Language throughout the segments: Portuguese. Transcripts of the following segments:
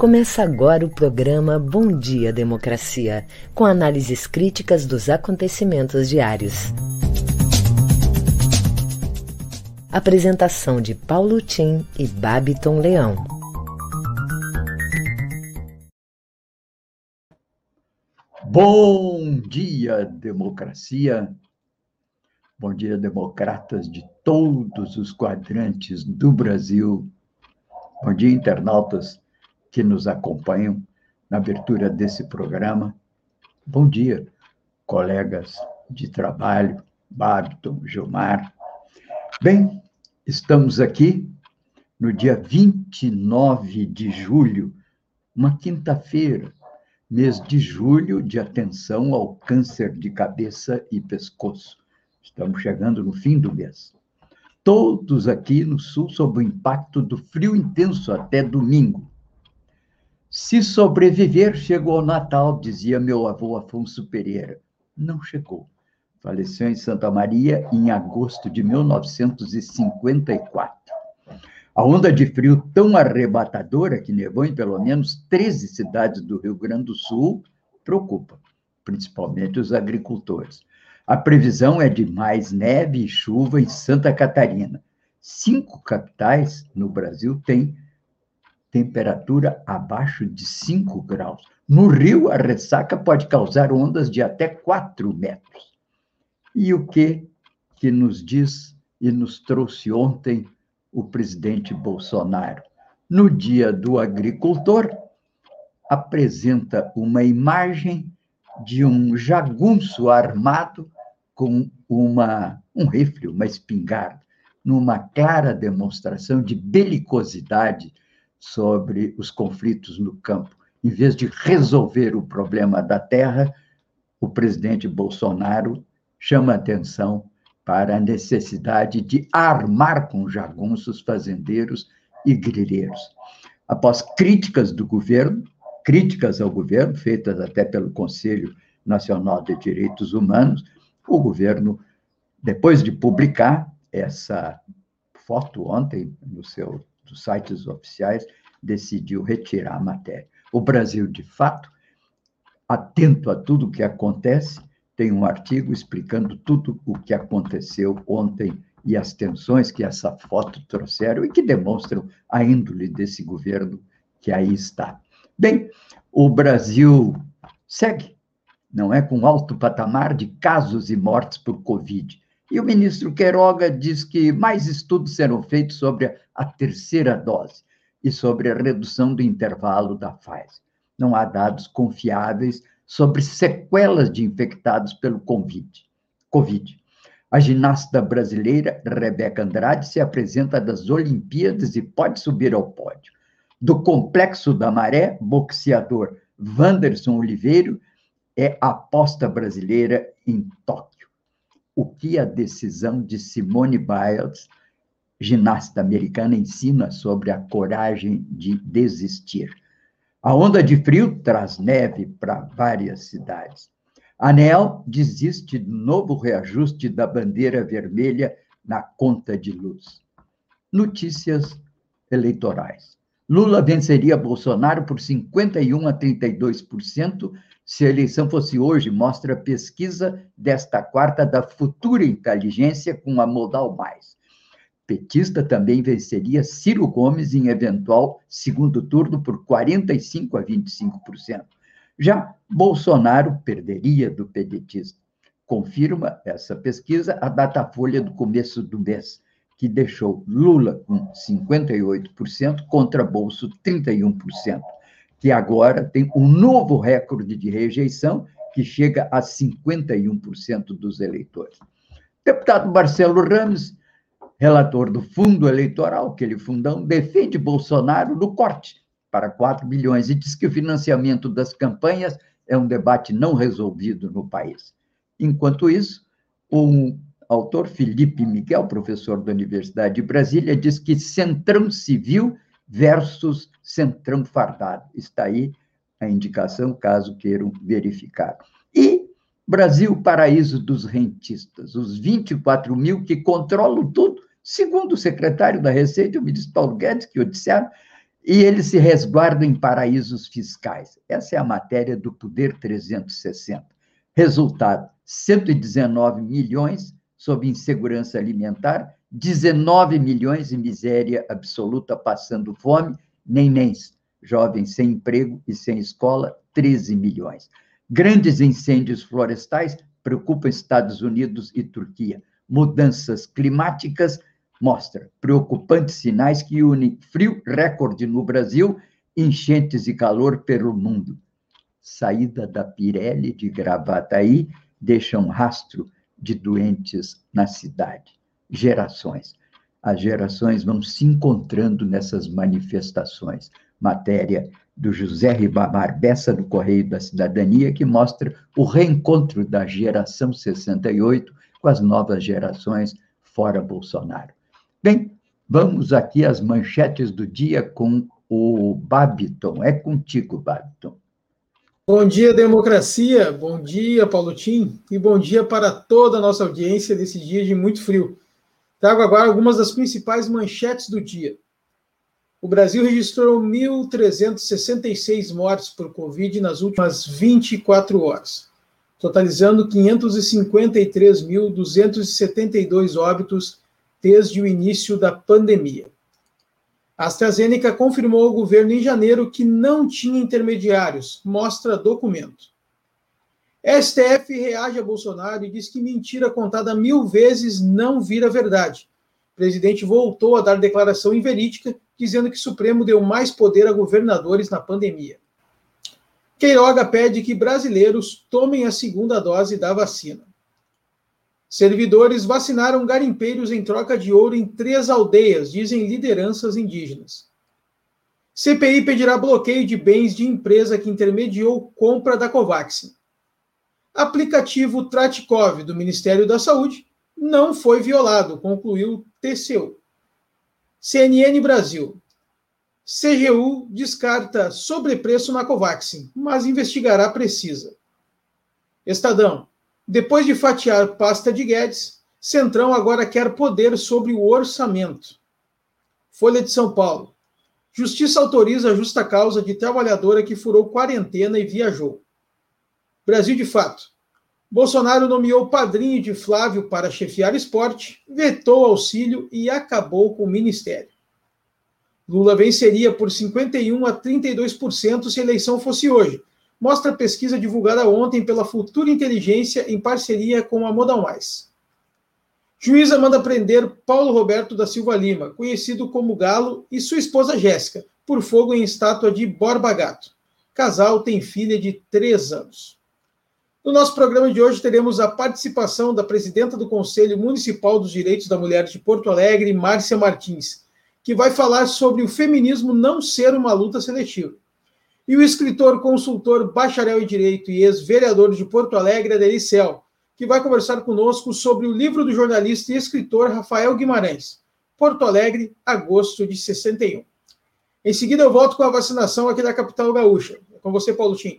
Começa agora o programa Bom Dia Democracia, com análises críticas dos acontecimentos diários. Apresentação de Paulo Tim e Babiton Leão. Bom dia, democracia. Bom dia, democratas de todos os quadrantes do Brasil. Bom dia, internautas que nos acompanham na abertura desse programa. Bom dia, colegas de trabalho, Babiton, Gilmar. Bem, estamos aqui no dia 29 de julho, uma quinta-feira, mês de julho de atenção ao câncer de cabeça e pescoço. Estamos chegando no fim do mês. Todos aqui no Sul sob o impacto do frio intenso até domingo. Se sobreviver, chegou ao Natal, dizia meu avô Afonso Pereira. Não chegou. Faleceu em Santa Maria em agosto de 1954. A onda de frio tão arrebatadora que nevou em pelo menos 13 cidades do Rio Grande do Sul preocupa, principalmente os agricultores. A previsão é de mais neve e chuva em Santa Catarina. 5 capitais no Brasil têm temperatura abaixo de 5 graus. No Rio, a ressaca pode causar ondas de até 4 metros. E o que nos diz e nos trouxe ontem o presidente Bolsonaro? No Dia do Agricultor, apresenta uma imagem de um jagunço armado com um rifle, uma espingarda, numa clara demonstração de belicosidade sobre os conflitos no campo. Em vez de resolver o problema da terra, o presidente Bolsonaro chama atenção para a necessidade de armar com jagunços, fazendeiros e grileiros. Após críticas do governo, críticas ao governo, feitas até pelo Conselho Nacional de Direitos Humanos, o governo, depois de publicar essa foto ontem dos sites oficiais, decidiu retirar a matéria. O Brasil, de fato, atento a tudo o que acontece, tem um artigo explicando tudo o que aconteceu ontem e as tensões que essa foto trouxeram e que demonstram a índole desse governo que aí está. Bem, o Brasil segue, não é, com alto patamar de casos e mortes por Covid. E o ministro Queiroga diz que mais estudos serão feitos sobre a terceira dose e sobre a redução do intervalo da Pfizer. Não há dados confiáveis sobre sequelas de infectados pelo Covid. A ginasta brasileira Rebeca Andrade se apresenta das Olimpíadas e pode subir ao pódio. Do Complexo da Maré, boxeador Wanderson Oliveira é a aposta brasileira em Tóquio. O que a decisão de Simone Biles, ginasta americana, ensina sobre a coragem de desistir? A onda de frio traz neve para várias cidades. A ANEEL desiste do novo reajuste da bandeira vermelha na conta de luz. Notícias eleitorais. Lula venceria Bolsonaro por 51% a 32% se a eleição fosse hoje, mostra a pesquisa desta quarta da Futura Inteligência com a Modal Mais. Petista também venceria Ciro Gomes em eventual segundo turno por 45% a 25%. Já Bolsonaro perderia do pedetista. Confirma essa pesquisa a Datafolha do começo do mês, que deixou Lula com 58% contra Bolso 31%, que agora tem um novo recorde de rejeição, que chega a 51% dos eleitores. Deputado Marcelo Ramos, relator do fundo eleitoral, aquele fundão, defende Bolsonaro no corte para 4 bilhões e diz que o financiamento das campanhas é um debate não resolvido no país. Enquanto isso, o autor Felipe Miguel, professor da Universidade de Brasília, diz que Centrão Civil versus Centrão Fardado. Está aí a indicação, caso queiram verificar. E Brasil, paraíso dos rentistas, os 24 mil que controlam tudo, segundo o secretário da Receita, o ministro Paulo Guedes, que o disseram, E eles se resguardam em paraísos fiscais. Essa é a matéria do Poder 360. Resultado, 119 milhões sob insegurança alimentar, 19 milhões em miséria absoluta, passando fome, nenéns, jovens sem emprego e sem escola, 13 milhões. Grandes incêndios florestais preocupam Estados Unidos e Turquia. Mudanças climáticas mostram preocupantes sinais que unem frio recorde no Brasil, enchentes e calor pelo mundo. Saída da Pirelli de Gravataí deixa um rastro de doentes na cidade. Gerações. As gerações vão se encontrando nessas manifestações. Matéria do José Ribamar Bessa, do Correio da Cidadania, que mostra o reencontro da geração 68 com as novas gerações fora Bolsonaro. Bem, vamos aqui às manchetes do dia com o Babiton. É contigo, Babiton. Bom dia, democracia. Bom dia, Paulo Tim. E bom dia para toda a nossa audiência desse dia de muito frio. Trago agora algumas das principais manchetes do dia. O Brasil registrou 1.366 mortes por Covid nas últimas 24 horas, totalizando 553.272 óbitos desde o início da pandemia. A AstraZeneca confirmou ao governo em janeiro que não tinha intermediários, mostra documento. STF reage a Bolsonaro e diz que mentira contada 1000 vezes não vira verdade. O presidente voltou a dar declaração inverídica, dizendo que o Supremo deu mais poder a governadores na pandemia. Queiroga pede que brasileiros tomem a segunda dose da vacina. Servidores vacinaram garimpeiros em troca de ouro em 3 aldeias, dizem lideranças indígenas. CPI pedirá bloqueio de bens de empresa que intermediou compra da Covaxin. Aplicativo Tratikov do Ministério da Saúde não foi violado, concluiu TCU. CNN Brasil. CGU descarta sobrepreço na Covaxin, mas investigará precisa. Estadão. Depois de fatiar pasta de Guedes, Centrão agora quer poder sobre o orçamento. Folha de São Paulo. Justiça autoriza a justa causa de trabalhadora que furou quarentena e viajou. Brasil de Fato. Bolsonaro nomeou padrinho de Flávio para chefiar esporte, vetou auxílio e acabou com o ministério. Lula venceria por 51% a 32% se a eleição fosse hoje, mostra a pesquisa divulgada ontem pela Futura Inteligência em parceria com a Modal Mais. Juíza manda prender Paulo Roberto da Silva Lima, conhecido como Galo, e sua esposa Jéssica, por fogo em estátua de Borba Gato. Casal tem filha de 3 anos. No nosso programa de hoje teremos a participação da presidenta do Conselho Municipal dos Direitos da Mulher de Porto Alegre, Márcia Martins, que vai falar sobre o feminismo não ser uma luta seletiva. E o escritor, consultor, bacharel em Direito e ex-vereador de Porto Alegre, Adericel, que vai conversar conosco sobre o livro do jornalista e escritor Rafael Guimarães, Porto Alegre, agosto de 61. Em seguida eu volto com a vacinação aqui da capital gaúcha. É com você, Paulo Tim.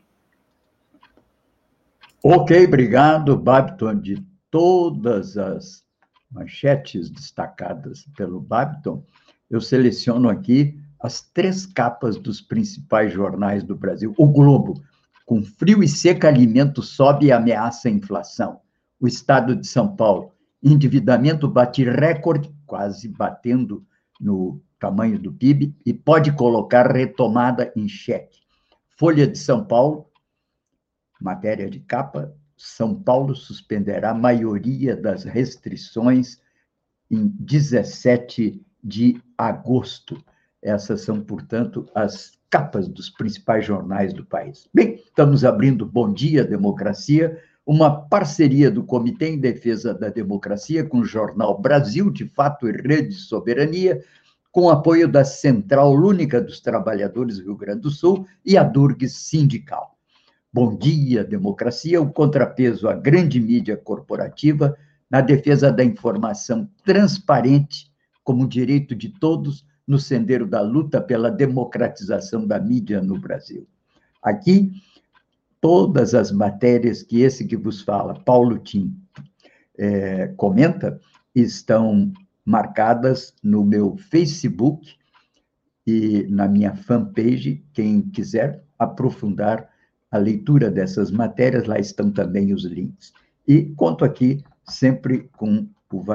Ok, obrigado, Babiton. De todas as manchetes destacadas pelo Babiton, eu seleciono aqui as 3 capas dos principais jornais do Brasil. O Globo, com frio e seca, alimento sobe e ameaça a inflação. O Estado de São Paulo, endividamento bate recorde, quase batendo no tamanho do PIB, e pode colocar retomada em xeque. Folha de São Paulo, matéria de capa, São Paulo suspenderá a maioria das restrições em 17 de agosto. Essas são, portanto, as capas dos principais jornais do país. Bem, estamos abrindo Bom Dia Democracia, uma parceria do Comitê em Defesa da Democracia com o jornal Brasil de Fato e Rede Soberania, com apoio da Central Única dos Trabalhadores do Rio Grande do Sul e a Durgues Sindical. Bom Dia Democracia, o contrapeso à grande mídia corporativa na defesa da informação transparente como direito de todos no sendeiro da luta pela democratização da mídia no Brasil. Aqui, todas as matérias que esse que vos fala, Paulo Tim, comenta, estão marcadas no meu Facebook e na minha fanpage, quem quiser aprofundar a leitura dessas matérias, lá estão também os links. E conto aqui sempre com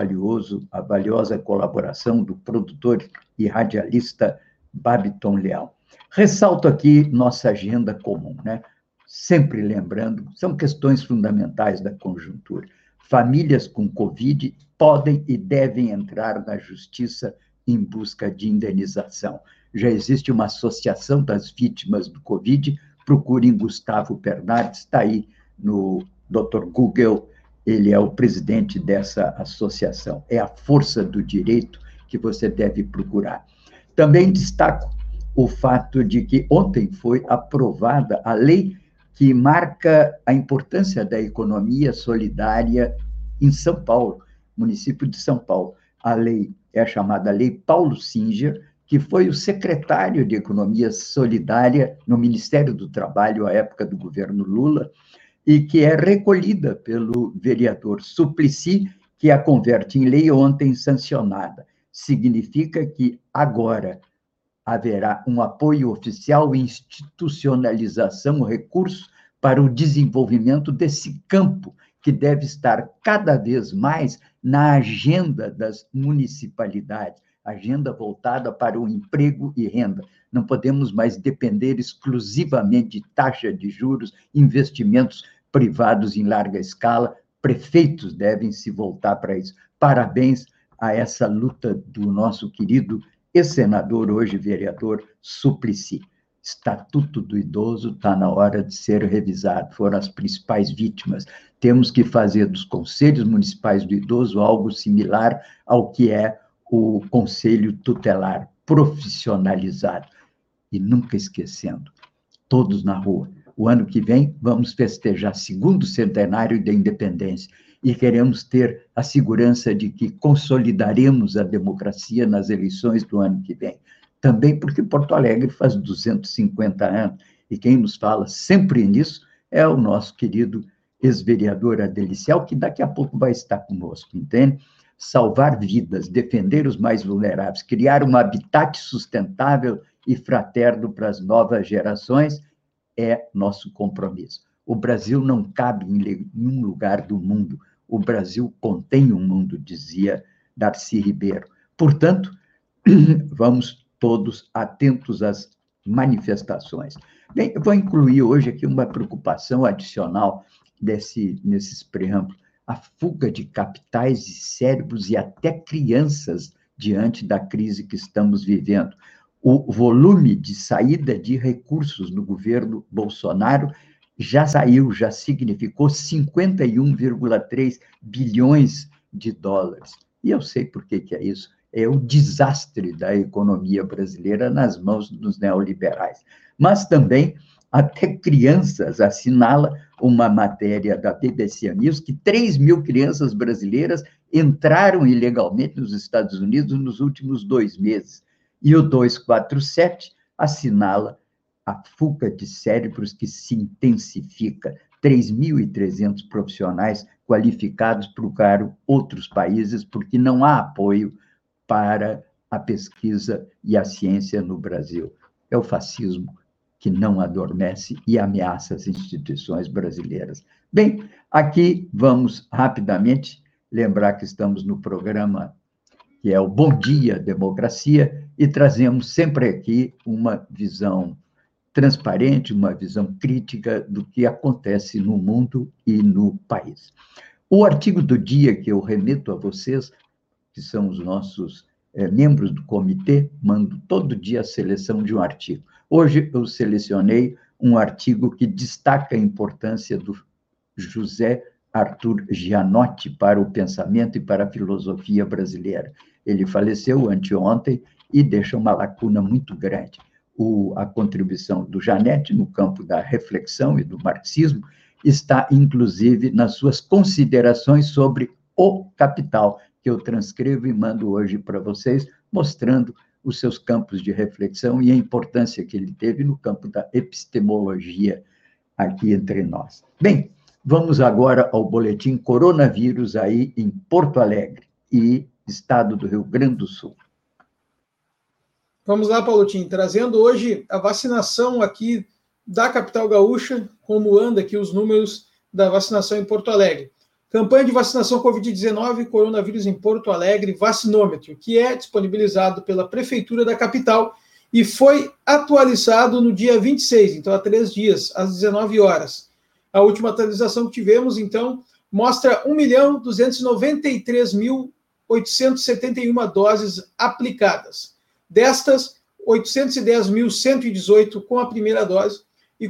a valiosa colaboração do produtor e radialista Babiton Leal. Ressalto aqui nossa agenda comum, né? Sempre lembrando, são questões fundamentais da conjuntura. Famílias com Covid podem e devem entrar na justiça em busca de indenização. Já existe uma associação das vítimas do Covid, procurem Gustavo Bernardes, está aí no Dr. Google, ele é o presidente dessa associação. É a força do direito que você deve procurar. Também destaco o fato de que ontem foi aprovada a lei que marca a importância da economia solidária em São Paulo, município de São Paulo. A lei é a chamada Lei Paulo Singer, que foi o secretário de Economia Solidária no Ministério do Trabalho à época do governo Lula, e que é recolhida pelo vereador Suplicy, que a converte em lei ontem sancionada. Significa que agora haverá um apoio oficial e institucionalização, recursos para o desenvolvimento desse campo, que deve estar cada vez mais na agenda das municipalidades, agenda voltada para o emprego e renda. Não podemos mais depender exclusivamente de taxa de juros, investimentos privados em larga escala. Prefeitos devem se voltar para isso. Parabéns a essa luta do nosso querido ex-senador, hoje vereador, Suplicy. Estatuto do Idoso está na hora de ser revisado, foram as principais vítimas. Temos que fazer dos conselhos municipais do idoso algo similar ao que é o Conselho Tutelar, profissionalizado. E nunca esquecendo, todos na rua. O ano que vem vamos festejar segundo centenário da independência e queremos ter a segurança de que consolidaremos a democracia nas eleições do ano que vem. Também porque Porto Alegre faz 250 anos, e quem nos fala sempre nisso é o nosso querido ex-vereador Adelicial, que daqui a pouco vai estar conosco, entende? Salvar vidas, defender os mais vulneráveis, criar um habitat sustentável e fraterno para as novas gerações é nosso compromisso. O Brasil não cabe em nenhum lugar do mundo. O Brasil contém o mundo, dizia Darcy Ribeiro. Portanto, vamos todos atentos às manifestações. Bem, eu vou incluir hoje aqui uma preocupação adicional nesses preâmbulos, a fuga de capitais e cérebros e até crianças diante da crise que estamos vivendo. O volume de saída de recursos no governo Bolsonaro já significou 51,3 bilhões de dólares. E eu sei por que é isso. É o desastre da economia brasileira nas mãos dos neoliberais. Mas também, até crianças, assinala uma matéria da BBC News que 3 mil crianças brasileiras entraram ilegalmente nos Estados Unidos nos últimos 2 meses. E o 247 assinala a fuga de cérebros que se intensifica. 3.300 profissionais qualificados procuraram outros países porque não há apoio para a pesquisa e a ciência no Brasil. É o fascismo que não adormece e ameaça as instituições brasileiras. Bem, aqui vamos rapidamente lembrar que estamos no programa que é o Bom Dia Democracia, e trazemos sempre aqui uma visão transparente, uma visão crítica do que acontece no mundo e no país. O artigo do dia que eu remeto a vocês, que são os nossos membros do comitê, mando todo dia a seleção de um artigo. Hoje eu selecionei um artigo que destaca a importância do José Arthur Gianotti para o pensamento e para a filosofia brasileira. Ele faleceu anteontem e deixa uma lacuna muito grande. A contribuição do Gianotti no campo da reflexão e do marxismo está, inclusive, nas suas considerações sobre o Capital, que eu transcrevo e mando hoje para vocês, mostrando os seus campos de reflexão e a importância que ele teve no campo da epistemologia aqui entre nós. Bem, vamos agora ao boletim Coronavírus aí em Porto Alegre e estado do Rio Grande do Sul. Vamos lá, Paulotinho, trazendo hoje a vacinação aqui da capital gaúcha, como anda aqui os números da vacinação em Porto Alegre. Campanha de vacinação Covid-19, coronavírus em Porto Alegre, vacinômetro, que é disponibilizado pela Prefeitura da capital e foi atualizado no dia 26, então há 3 dias, às 19 horas. A última atualização que tivemos, então, mostra 1.293.871 doses aplicadas. Destas, 810.118 com a primeira dose e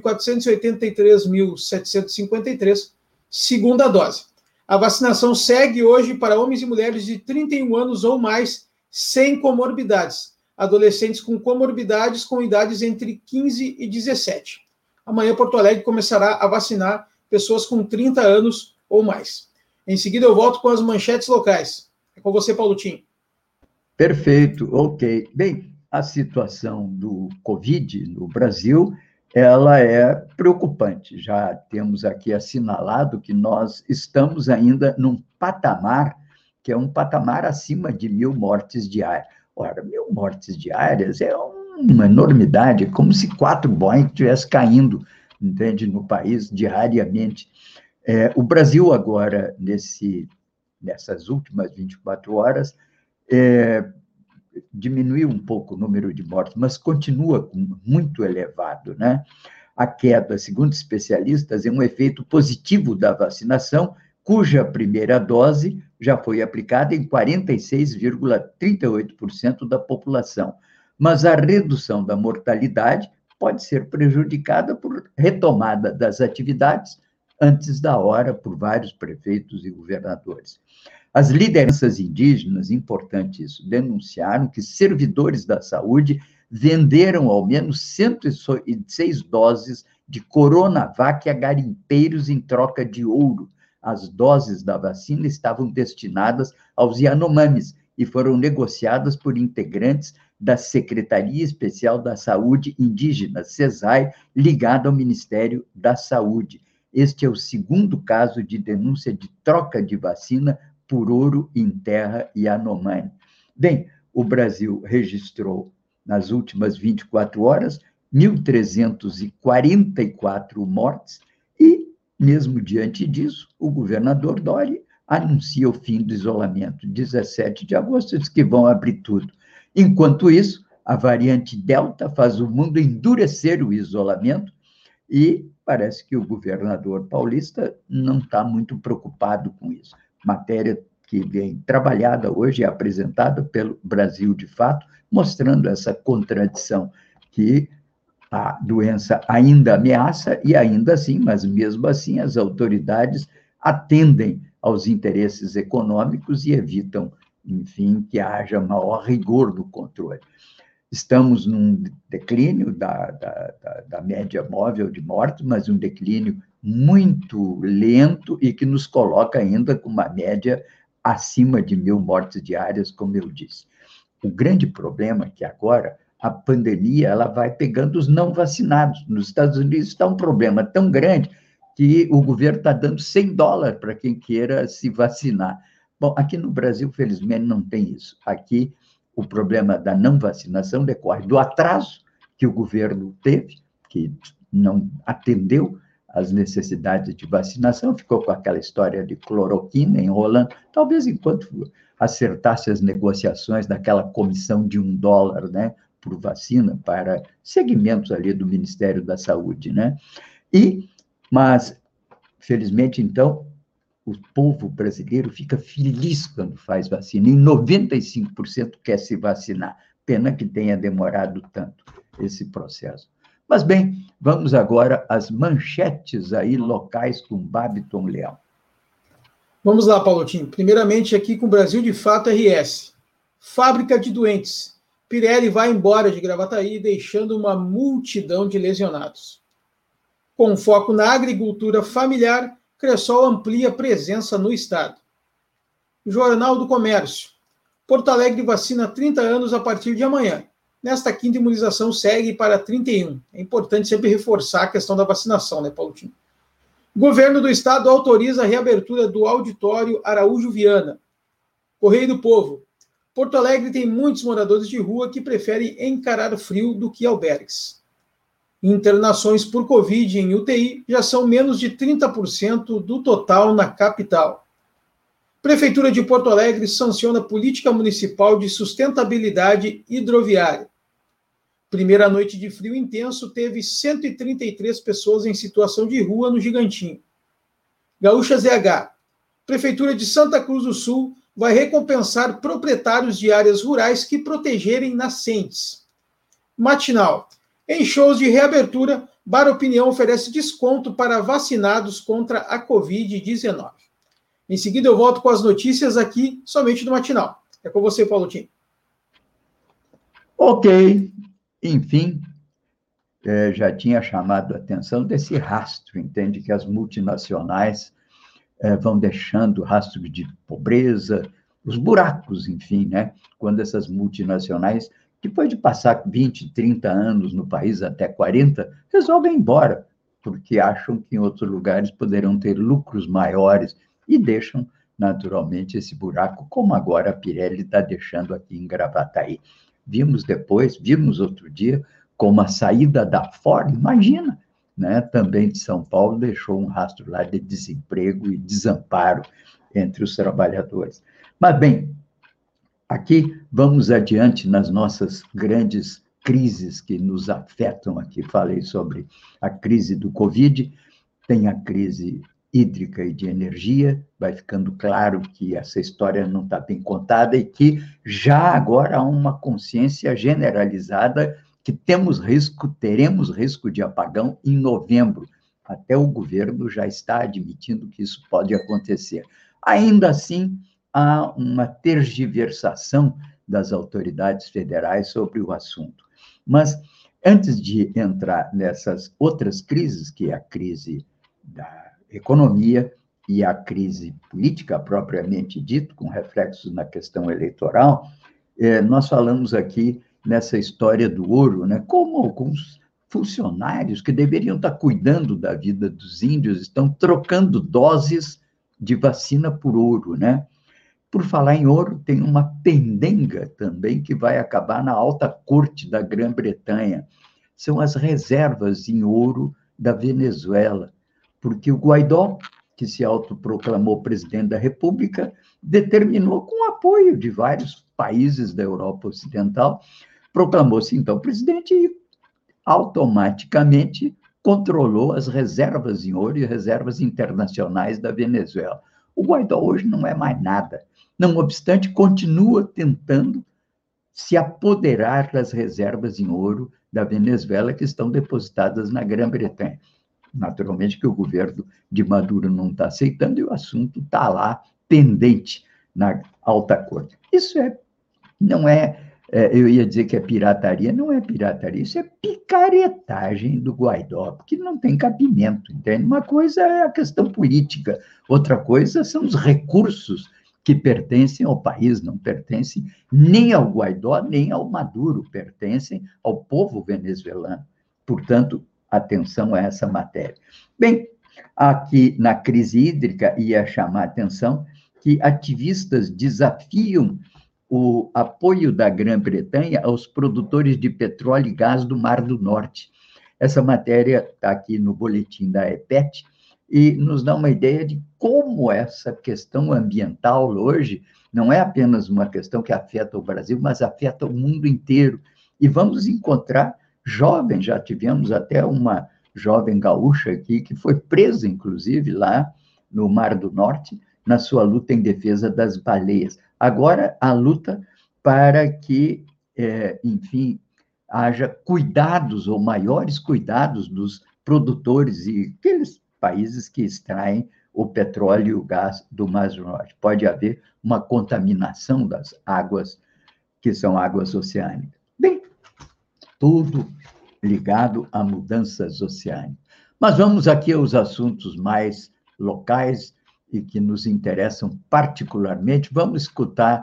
483.753 segunda dose. A vacinação segue hoje para homens e mulheres de 31 anos ou mais, sem comorbidades. Adolescentes com comorbidades com idades entre 15 e 17. Amanhã, Porto Alegre começará a vacinar pessoas com 30 anos ou mais. Em seguida, eu volto com as manchetes locais. É com você, Paulotinho. Perfeito, ok. Bem, a situação do Covid no Brasil, ela é preocupante. Já temos aqui assinalado que nós estamos ainda num patamar, que é um patamar acima de 1.000 mortes diárias. Ora, 1.000 mortes diárias é uma enormidade, como se 4 Boeing estivessem caindo, entende, no país diariamente. O Brasil agora, nessas últimas 24 horas, diminuiu um pouco o número de mortes, mas continua muito elevado, né? A queda, segundo especialistas, é um efeito positivo da vacinação, cuja primeira dose já foi aplicada em 46,38% da população. Mas a redução da mortalidade pode ser prejudicada por retomada das atividades antes da hora por vários prefeitos e governadores. As lideranças indígenas, importante isso, denunciaram que servidores da saúde venderam ao menos 106 doses de Coronavac a garimpeiros em troca de ouro. As doses da vacina estavam destinadas aos Yanomamis e foram negociadas por integrantes da Secretaria Especial da Saúde Indígena, SESAI, ligada ao Ministério da Saúde. Este é o segundo caso de denúncia de troca de vacina por ouro em terra Yanomami. Bem, o Brasil registrou, nas últimas 24 horas, 1.344 mortes e, mesmo diante disso, o governador Dória anuncia o fim do isolamento. 17 de agosto, diz que vão abrir tudo. Enquanto isso, a variante Delta faz o mundo endurecer o isolamento e parece que o governador paulista não está muito preocupado com isso. Matéria que vem trabalhada hoje e apresentada pelo Brasil de Fato, mostrando essa contradição, que a doença ainda ameaça e ainda assim, mas mesmo assim, as autoridades atendem aos interesses econômicos e evitam, enfim, que haja maior rigor no controle. Estamos num declínio da média móvel de mortes, mas um declínio muito lento e que nos coloca ainda com uma média acima de 1.000 mortes diárias, como eu disse. O grande problema é que agora a pandemia ela vai pegando os não vacinados. Nos Estados Unidos está um problema tão grande que o governo está dando $100 para quem queira se vacinar. Bom, aqui no Brasil, felizmente, não tem isso. Aqui, o problema da não vacinação decorre do atraso que o governo teve, que não atendeu às necessidades de vacinação, ficou com aquela história de cloroquina enrolando, talvez enquanto acertasse as negociações daquela comissão de $1, né, por vacina para segmentos ali do Ministério da Saúde, né? Mas, felizmente, então, o povo brasileiro fica feliz quando faz vacina, e 95% quer se vacinar. Pena que tenha demorado tanto esse processo. Mas, bem, vamos agora às manchetes aí locais com Babiton Leão. Vamos lá, Paulotinho. Primeiramente, aqui com o Brasil de Fato RS. Fábrica de doentes. Pirelli vai embora de Gravataí, deixando uma multidão de lesionados. Com foco na agricultura familiar, Cressol amplia presença no estado. Jornal do Comércio. Porto Alegre vacina 30 anos a partir de amanhã. Nesta quinta, imunização segue para 31. É importante sempre reforçar a questão da vacinação, né, Paulotinho? Governo do estado autoriza a reabertura do auditório Araújo Viana. Correio do Povo. Porto Alegre tem muitos moradores de rua que preferem encarar o frio do que albergues. Internações por Covid em UTI já são menos de 30% do total na capital. Prefeitura de Porto Alegre sanciona política municipal de sustentabilidade hidroviária. Primeira noite de frio intenso teve 133 pessoas em situação de rua no Gigantinho. Gaúcha ZH. Prefeitura de Santa Cruz do Sul vai recompensar proprietários de áreas rurais que protegerem nascentes. Matinal. Em shows de reabertura, Bar Opinião oferece desconto para vacinados contra a Covid-19. Em seguida, eu volto com as notícias aqui, somente no Matinal. É com você, Paulo Tim. Ok. Enfim, já tinha chamado a atenção desse rastro, entende? Que as multinacionais vão deixando rastro de pobreza, os buracos, enfim, né? Quando essas multinacionais, depois de passar 20, 30 anos no país, até 40, resolvem ir embora, porque acham que em outros lugares poderão ter lucros maiores e deixam, naturalmente, esse buraco, como agora a Pirelli está deixando aqui em Gravataí. Vimos outro dia, como a saída da Ford, imagina, né, também de São Paulo, deixou um rastro lá de desemprego e desamparo entre os trabalhadores. Mas, bem, aqui vamos adiante nas nossas grandes crises que nos afetam aqui. Falei sobre a crise do Covid, tem a crise hídrica e de energia, vai ficando claro que essa história não está bem contada e que já agora há uma consciência generalizada que teremos risco de apagão em novembro. Até o governo já está admitindo que isso pode acontecer. Ainda assim, há uma tergiversação das autoridades federais sobre o assunto. Mas, antes de entrar nessas outras crises, que é a crise da economia e a crise política propriamente dita, com reflexos na questão eleitoral, nós falamos aqui nessa história do ouro, né? Como alguns funcionários que deveriam estar cuidando da vida dos índios estão trocando doses de vacina por ouro, né? Por falar em ouro, tem uma pendenga também que vai acabar na alta corte da Grã-Bretanha. São as reservas em ouro da Venezuela, porque o Guaidó, que se autoproclamou presidente da República, determinou, com o apoio de vários países da Europa Ocidental, proclamou-se então presidente e automaticamente controlou as reservas em ouro e reservas internacionais da Venezuela. O Guaidó hoje não é mais nada. Não obstante, continua tentando se apoderar das reservas em ouro da Venezuela que estão depositadas na Grã-Bretanha. Naturalmente que o governo de Maduro não está aceitando e o assunto está lá pendente na alta corte. Isso não é, eu ia dizer que é pirataria, não é pirataria, isso é picaretagem do Guaidó, porque não tem cabimento, entende? Uma coisa é a questão política, outra coisa são os recursos que pertencem ao país, não pertencem nem ao Guaidó, nem ao Maduro, pertencem ao povo venezuelano. Portanto, atenção a essa matéria. Bem, aqui na crise hídrica ia chamar a atenção que ativistas desafiam o apoio da Grã-Bretanha aos produtores de petróleo e gás do Mar do Norte. Essa matéria está aqui no boletim da EPET e nos dá uma ideia de como essa questão ambiental hoje não é apenas uma questão que afeta o Brasil, mas afeta o mundo inteiro. E vamos encontrar jovens, já tivemos até uma jovem gaúcha aqui que foi presa, inclusive, lá no Mar do Norte, na sua luta em defesa das baleias. Agora, a luta para que, enfim, haja cuidados ou maiores cuidados dos produtores e aqueles países que extraem o petróleo e o gás do Mar do Norte. Pode haver uma contaminação das águas, que são águas oceânicas. Bem, tudo ligado a mudanças oceânicas. Mas vamos aqui aos assuntos mais locais e que nos interessam particularmente. Vamos escutar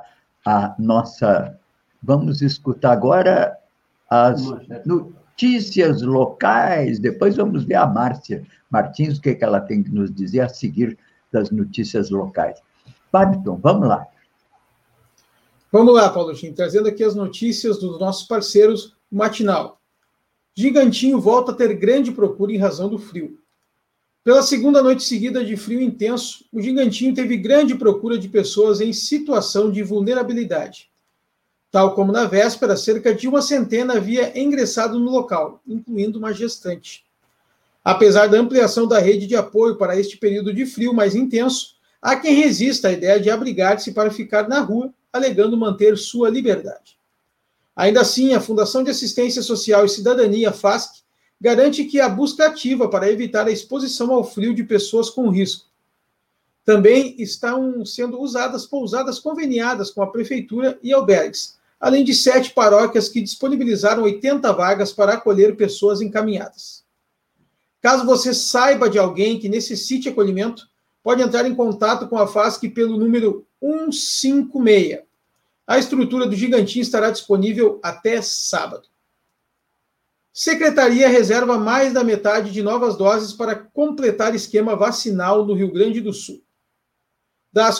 agora as notícias locais, depois vamos ver a Márcia Martins, o que ela tem que nos dizer a seguir das notícias locais. Babiton, vamos lá. Vamos lá, Paulotinho, trazendo aqui as notícias dos nossos parceiros Matinal. Gigantinho volta a ter grande procura em razão do frio. Pela segunda noite seguida de frio intenso, o Gigantinho teve grande procura de pessoas em situação de vulnerabilidade. Tal como na véspera, cerca de 100 havia ingressado no local, incluindo uma gestante. Apesar da ampliação da rede de apoio para este período de frio mais intenso, há quem resista à ideia de abrigar-se para ficar na rua, alegando manter sua liberdade. Ainda assim, a Fundação de Assistência Social e Cidadania, FASC, garante que há busca ativa para evitar a exposição ao frio de pessoas com risco. Também estão sendo usadas pousadas conveniadas com a Prefeitura e albergues, além de 7 paróquias que disponibilizaram 80 vagas para acolher pessoas encaminhadas. Caso você saiba de alguém que necessite acolhimento, pode entrar em contato com a FASC pelo número 156. A estrutura do Gigantinho estará disponível até sábado. Secretaria reserva mais da metade de novas doses para completar esquema vacinal no Rio Grande do Sul. Das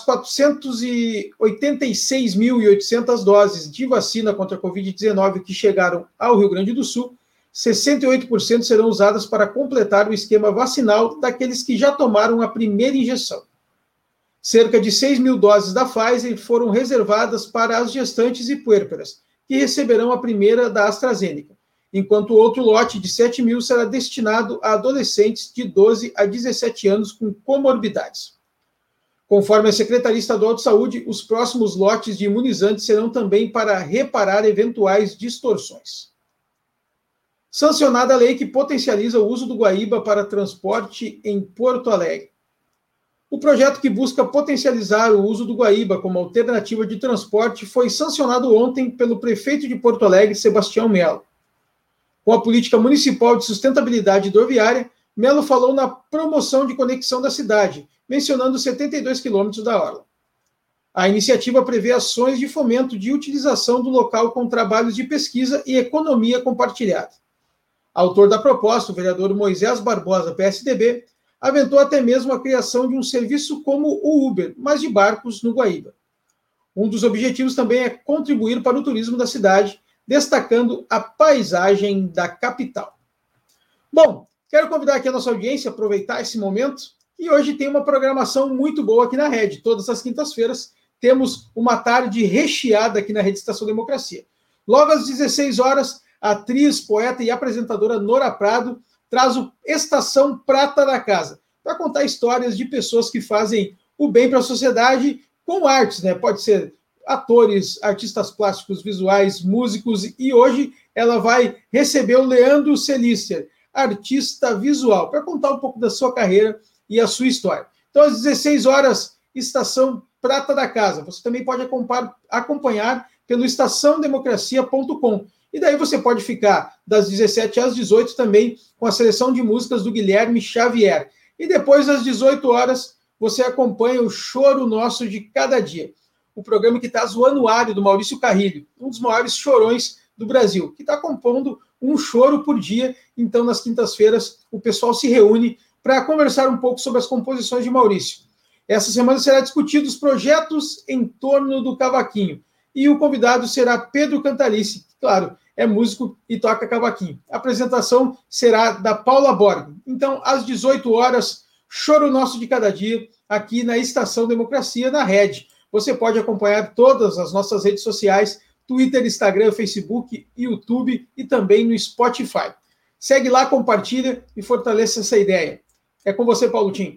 486.800 doses de vacina contra a Covid-19 que chegaram ao Rio Grande do Sul, 68% serão usadas para completar o esquema vacinal daqueles que já tomaram a primeira injeção. Cerca de 6.000 doses da Pfizer foram reservadas para as gestantes e puérperas, que receberão a primeira da AstraZeneca, enquanto o outro lote de 7.000 será destinado a adolescentes de 12 a 17 anos com comorbidades. Conforme a Secretaria Estadual de Saúde, os próximos lotes de imunizantes serão também para reparar eventuais distorções. Sancionada a lei que potencializa o uso do Guaíba para transporte em Porto Alegre. O projeto que busca potencializar o uso do Guaíba como alternativa de transporte foi sancionado ontem pelo prefeito de Porto Alegre, Sebastião Melo. Com a política municipal de sustentabilidade hidroviária, Melo falou na promoção de conexão da cidade, mencionando 72 quilômetros da orla. A iniciativa prevê ações de fomento de utilização do local com trabalhos de pesquisa e economia compartilhada. Autor da proposta, o vereador Moisés Barbosa, PSDB, aventou até mesmo a criação de um serviço como o Uber, mas de barcos no Guaíba. Um dos objetivos também é contribuir para o turismo da cidade, destacando a paisagem da capital. Bom, quero convidar aqui a nossa audiência a aproveitar esse momento, e hoje tem uma programação muito boa aqui na Rede. Todas as quintas-feiras temos uma tarde recheada aqui na Rede Estação Democracia. Logo às 16 horas, a atriz, poeta e apresentadora Nora Prado traz o Estação Prata da Casa, para contar histórias de pessoas que fazem o bem para a sociedade com artes, né? Pode ser atores, artistas plásticos, visuais, músicos, e hoje ela vai receber o Leandro Celicer, artista visual, para contar um pouco da sua carreira e a sua história. Então, às 16 horas, Estação Prata da Casa. Você também pode acompanhar pelo estaçãodemocracia.com. E daí você pode ficar das 17 às 18 também com a seleção de músicas do Guilherme Xavier. E depois, às 18 horas, você acompanha o Choro Nosso de Cada Dia, o programa que traz o anuário do Maurício Carrilho, um dos maiores chorões do Brasil, que está compondo um choro por dia. Então, nas quintas-feiras, o pessoal se reúne para conversar um pouco sobre as composições de Maurício. Essa semana será discutido os projetos em torno do cavaquinho. E o convidado será Pedro Cantalice, que, claro, é músico e toca cavaquinho. A apresentação será da Paula Borg. Então, às 18 horas, Choro Nosso de Cada Dia, aqui na Estação Democracia, na Rede. Você pode acompanhar todas as nossas redes sociais, Twitter, Instagram, Facebook, YouTube e também no Spotify. Segue lá, compartilha e fortaleça essa ideia. É com você, Paulo Tim.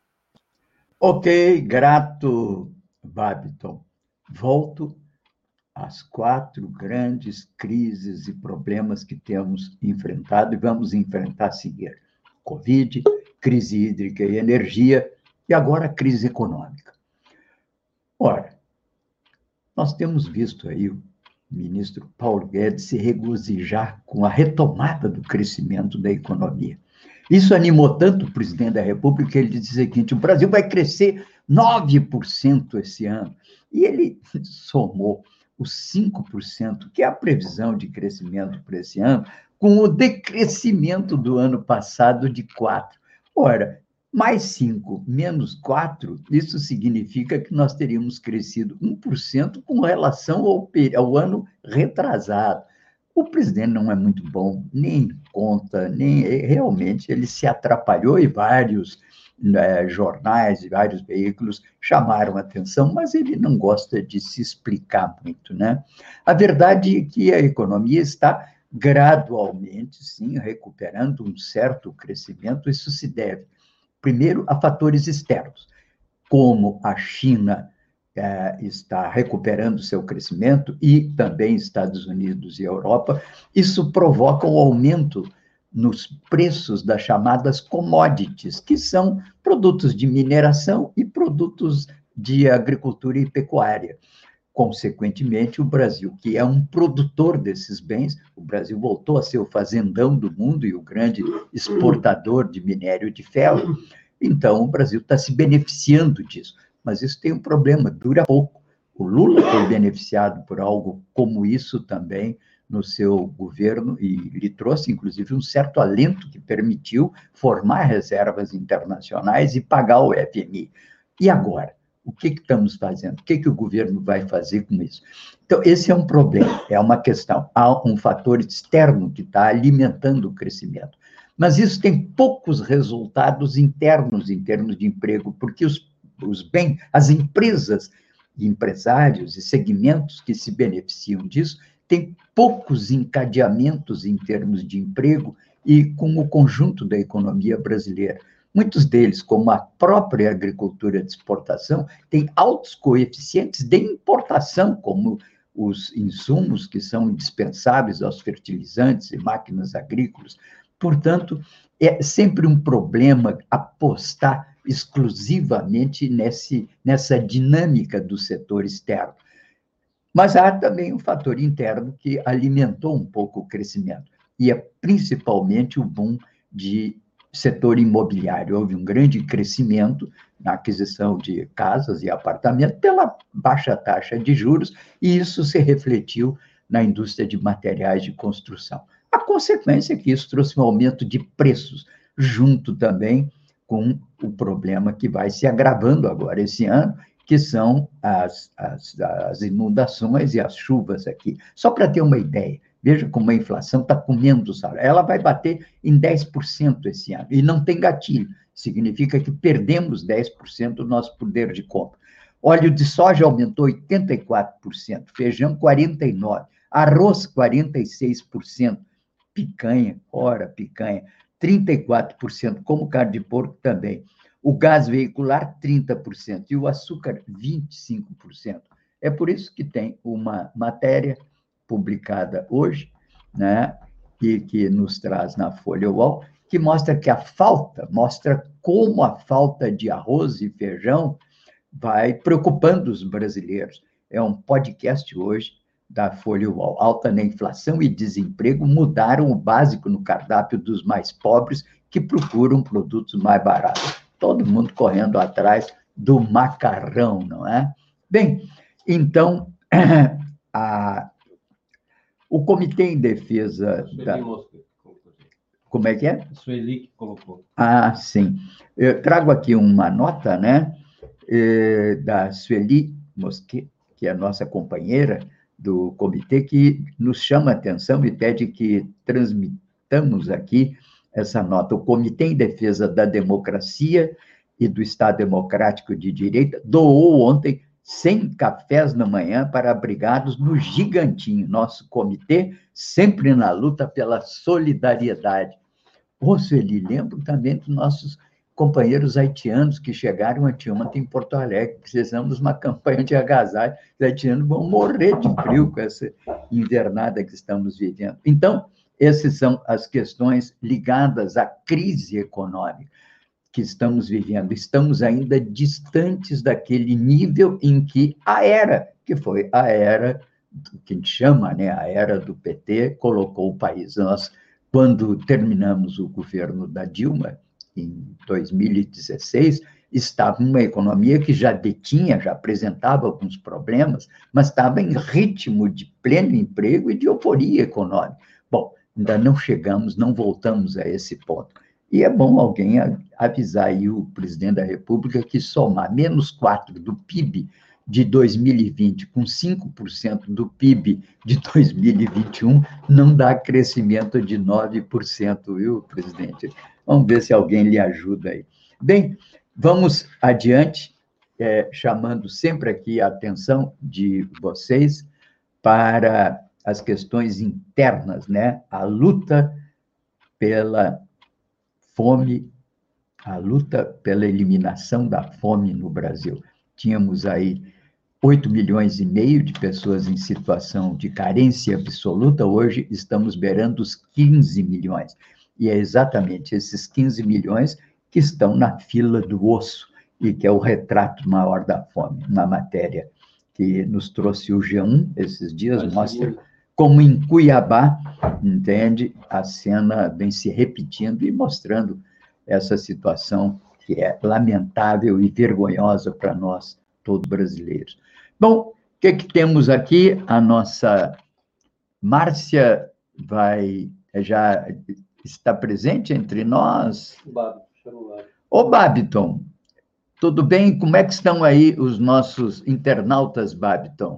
Ok, grato, Babiton. Volto às 4 grandes crises e problemas que temos enfrentado e vamos enfrentar a seguir. Covid, crise hídrica e energia, e agora a crise econômica. Ora, nós temos visto aí o ministro Paulo Guedes se regozijar com a retomada do crescimento da economia. Isso animou tanto o presidente da República que ele disse o seguinte: o Brasil vai crescer 9% esse ano. E ele somou os 5%, que é a previsão de crescimento para esse ano, com o decrescimento do ano passado de 4%. Ora, Mais 5 menos 4, isso significa que nós teríamos crescido 1% com relação ao ano retrasado. O presidente não é muito bom, nem conta, nem realmente ele se atrapalhou e vários jornais e vários veículos chamaram a atenção, mas ele não gosta de se explicar muito, né? A verdade é que a economia está gradualmente, sim, recuperando um certo crescimento. Isso se deve, primeiro, a fatores externos, como a China está recuperando seu crescimento e também Estados Unidos e Europa. Isso provoca um aumento nos preços das chamadas commodities, que são produtos de mineração e produtos de agricultura e pecuária. Consequentemente, o Brasil, que é um produtor desses bens, o Brasil voltou a ser o fazendão do mundo e o grande exportador de minério de ferro, então o Brasil está se beneficiando disso. Mas isso tem um problema, dura pouco. O Lula foi beneficiado por algo como isso também no seu governo e lhe trouxe, inclusive, um certo alento que permitiu formar reservas internacionais e pagar o FMI. E agora? O que estamos fazendo? O que o governo vai fazer com isso? Então, esse é um problema, é uma questão. Há um fator externo que está alimentando o crescimento. Mas isso tem poucos resultados internos em termos de emprego, porque as empresas, empresários e segmentos que se beneficiam disso têm poucos encadeamentos em termos de emprego e com o conjunto da economia brasileira. Muitos deles, como a própria agricultura de exportação, têm altos coeficientes de importação, como os insumos que são indispensáveis aos fertilizantes e máquinas agrícolas. Portanto, é sempre um problema apostar exclusivamente nessa dinâmica do setor externo. Mas há também um fator interno que alimentou um pouco o crescimento, e é principalmente o boom de setor imobiliário. Houve um grande crescimento na aquisição de casas e apartamentos pela baixa taxa de juros, e isso se refletiu na indústria de materiais de construção. A consequência é que isso trouxe um aumento de preços, junto também com o problema que vai se agravando agora esse ano, que são as inundações e as chuvas aqui. Só para ter uma ideia, veja como a inflação está comendo o salário. Ela vai bater em 10% esse ano, e não tem gatilho. Significa que perdemos 10% do nosso poder de compra. Óleo de soja aumentou 84%, feijão 49%, arroz 46%, picanha, 34%, como carne de porco também. O gás veicular, 30%, e o açúcar, 25%. É por isso que tem uma matéria publicada hoje, né, e que nos traz na Folha UOL, que mostra como a falta de arroz e feijão vai preocupando os brasileiros. É um podcast hoje da Folha UOL. Alta na inflação e desemprego mudaram o básico no cardápio dos mais pobres que procuram produtos mais baratos. Todo mundo correndo atrás do macarrão, não é? Bem, então, o Comitê em Defesa... Como é que é? Sueli que colocou. Ah, sim. Eu trago aqui uma nota, né, da Sueli Mosquet, que é a nossa companheira do comitê, que nos chama a atenção e pede que transmitamos aqui essa nota. O Comitê em Defesa da Democracia e do Estado Democrático de Direito doou ontem 100 cafés na manhã para abrigados no Gigantinho. Nosso comitê sempre na luta pela solidariedade. Ô, Sueli, lembro também dos nossos companheiros haitianos que chegaram anteontem em Porto Alegre. Precisamos de uma campanha de agasalho. Os haitianos vão morrer de frio com essa invernada que estamos vivendo. Então, essas são as questões ligadas à crise econômica que estamos vivendo. Estamos ainda distantes daquele nível em que que foi a era, que a gente chama, né, a era do PT, colocou o país. Nós, quando terminamos o governo da Dilma, em 2016, estava uma economia que já apresentava alguns problemas, mas estava em ritmo de pleno emprego e de euforia econômica. Bom, ainda não chegamos, não voltamos a esse ponto. E é bom alguém avisar aí o presidente da República que somar -4% do PIB de 2020 com 5% do PIB de 2021 não dá crescimento de 9%, viu, presidente? Vamos ver se alguém lhe ajuda aí. Bem, vamos adiante, chamando sempre aqui a atenção de vocês para as questões internas, né? A luta pela fome, a luta pela eliminação da fome no Brasil. Tínhamos aí 8,5 milhões de pessoas em situação de carência absoluta, hoje estamos beirando os 15 milhões. E é exatamente esses 15 milhões que estão na fila do osso, e que é o retrato maior da fome, na matéria que nos trouxe o G1 esses dias, mostra como em Cuiabá, entende, a cena vem se repetindo e mostrando essa situação que é lamentável e vergonhosa para nós, todos brasileiros. Bom, o que temos aqui? A nossa Márcia já está presente entre nós. Ô, Babiton, tudo bem? Como é que estão aí os nossos internautas, Babiton?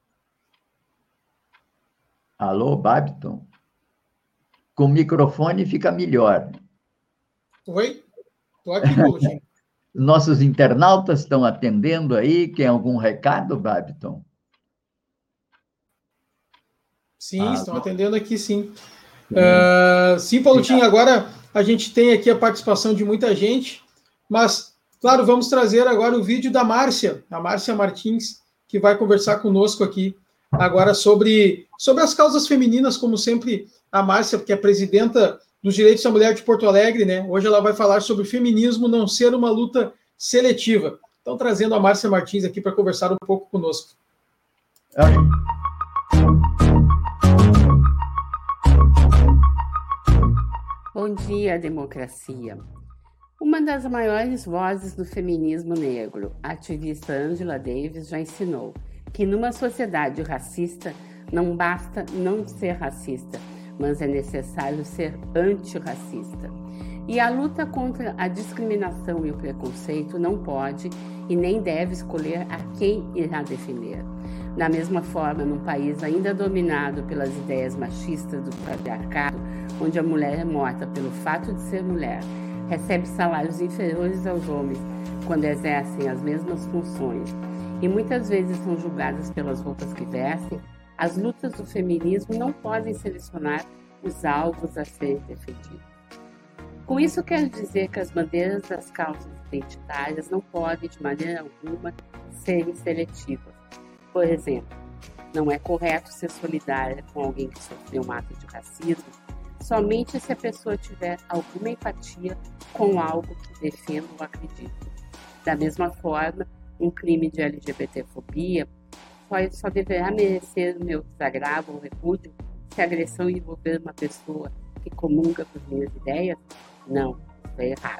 Alô, Babiton? Com o microfone fica melhor. Oi? Estou aqui, Paulo. Nossos internautas estão atendendo aí? Tem algum recado, Babiton? Sim, estão atendendo aqui, sim. Sim, Paulotinho, agora a gente tem aqui a participação de muita gente, mas, claro, vamos trazer agora o vídeo da Márcia, a Márcia Martins, que vai conversar conosco aqui agora sobre as causas femininas, como sempre, a Márcia, que é presidenta dos Direitos da Mulher de Porto Alegre, né? Hoje ela vai falar sobre feminismo não ser uma luta seletiva. Então, trazendo a Márcia Martins aqui para conversar um pouco conosco. Bom dia, democracia. Uma das maiores vozes do feminismo negro, a ativista Angela Davis, já ensinou que numa sociedade racista não basta não ser racista, mas é necessário ser antirracista. E a luta contra a discriminação e o preconceito não pode e nem deve escolher a quem irá defender. Da mesma forma, num país ainda dominado pelas ideias machistas do patriarcado, onde a mulher é morta pelo fato de ser mulher, recebe salários inferiores aos homens quando exercem as mesmas funções e muitas vezes são julgadas pelas roupas que vestem, as lutas do feminismo não podem selecionar os alvos a serem defendidos. Com isso, quero dizer que as bandeiras das causas identitárias não podem, de maneira alguma, serem seletivas. Por exemplo, não é correto ser solidária com alguém que sofreu um ato de racismo somente se a pessoa tiver alguma empatia com algo que defenda ou acredita. Da mesma forma, um crime de LGBTfobia só deverá merecer o meu desagravo ou repúdio se a agressão envolver uma pessoa que comunga com as minhas ideias? Não, isso é errado.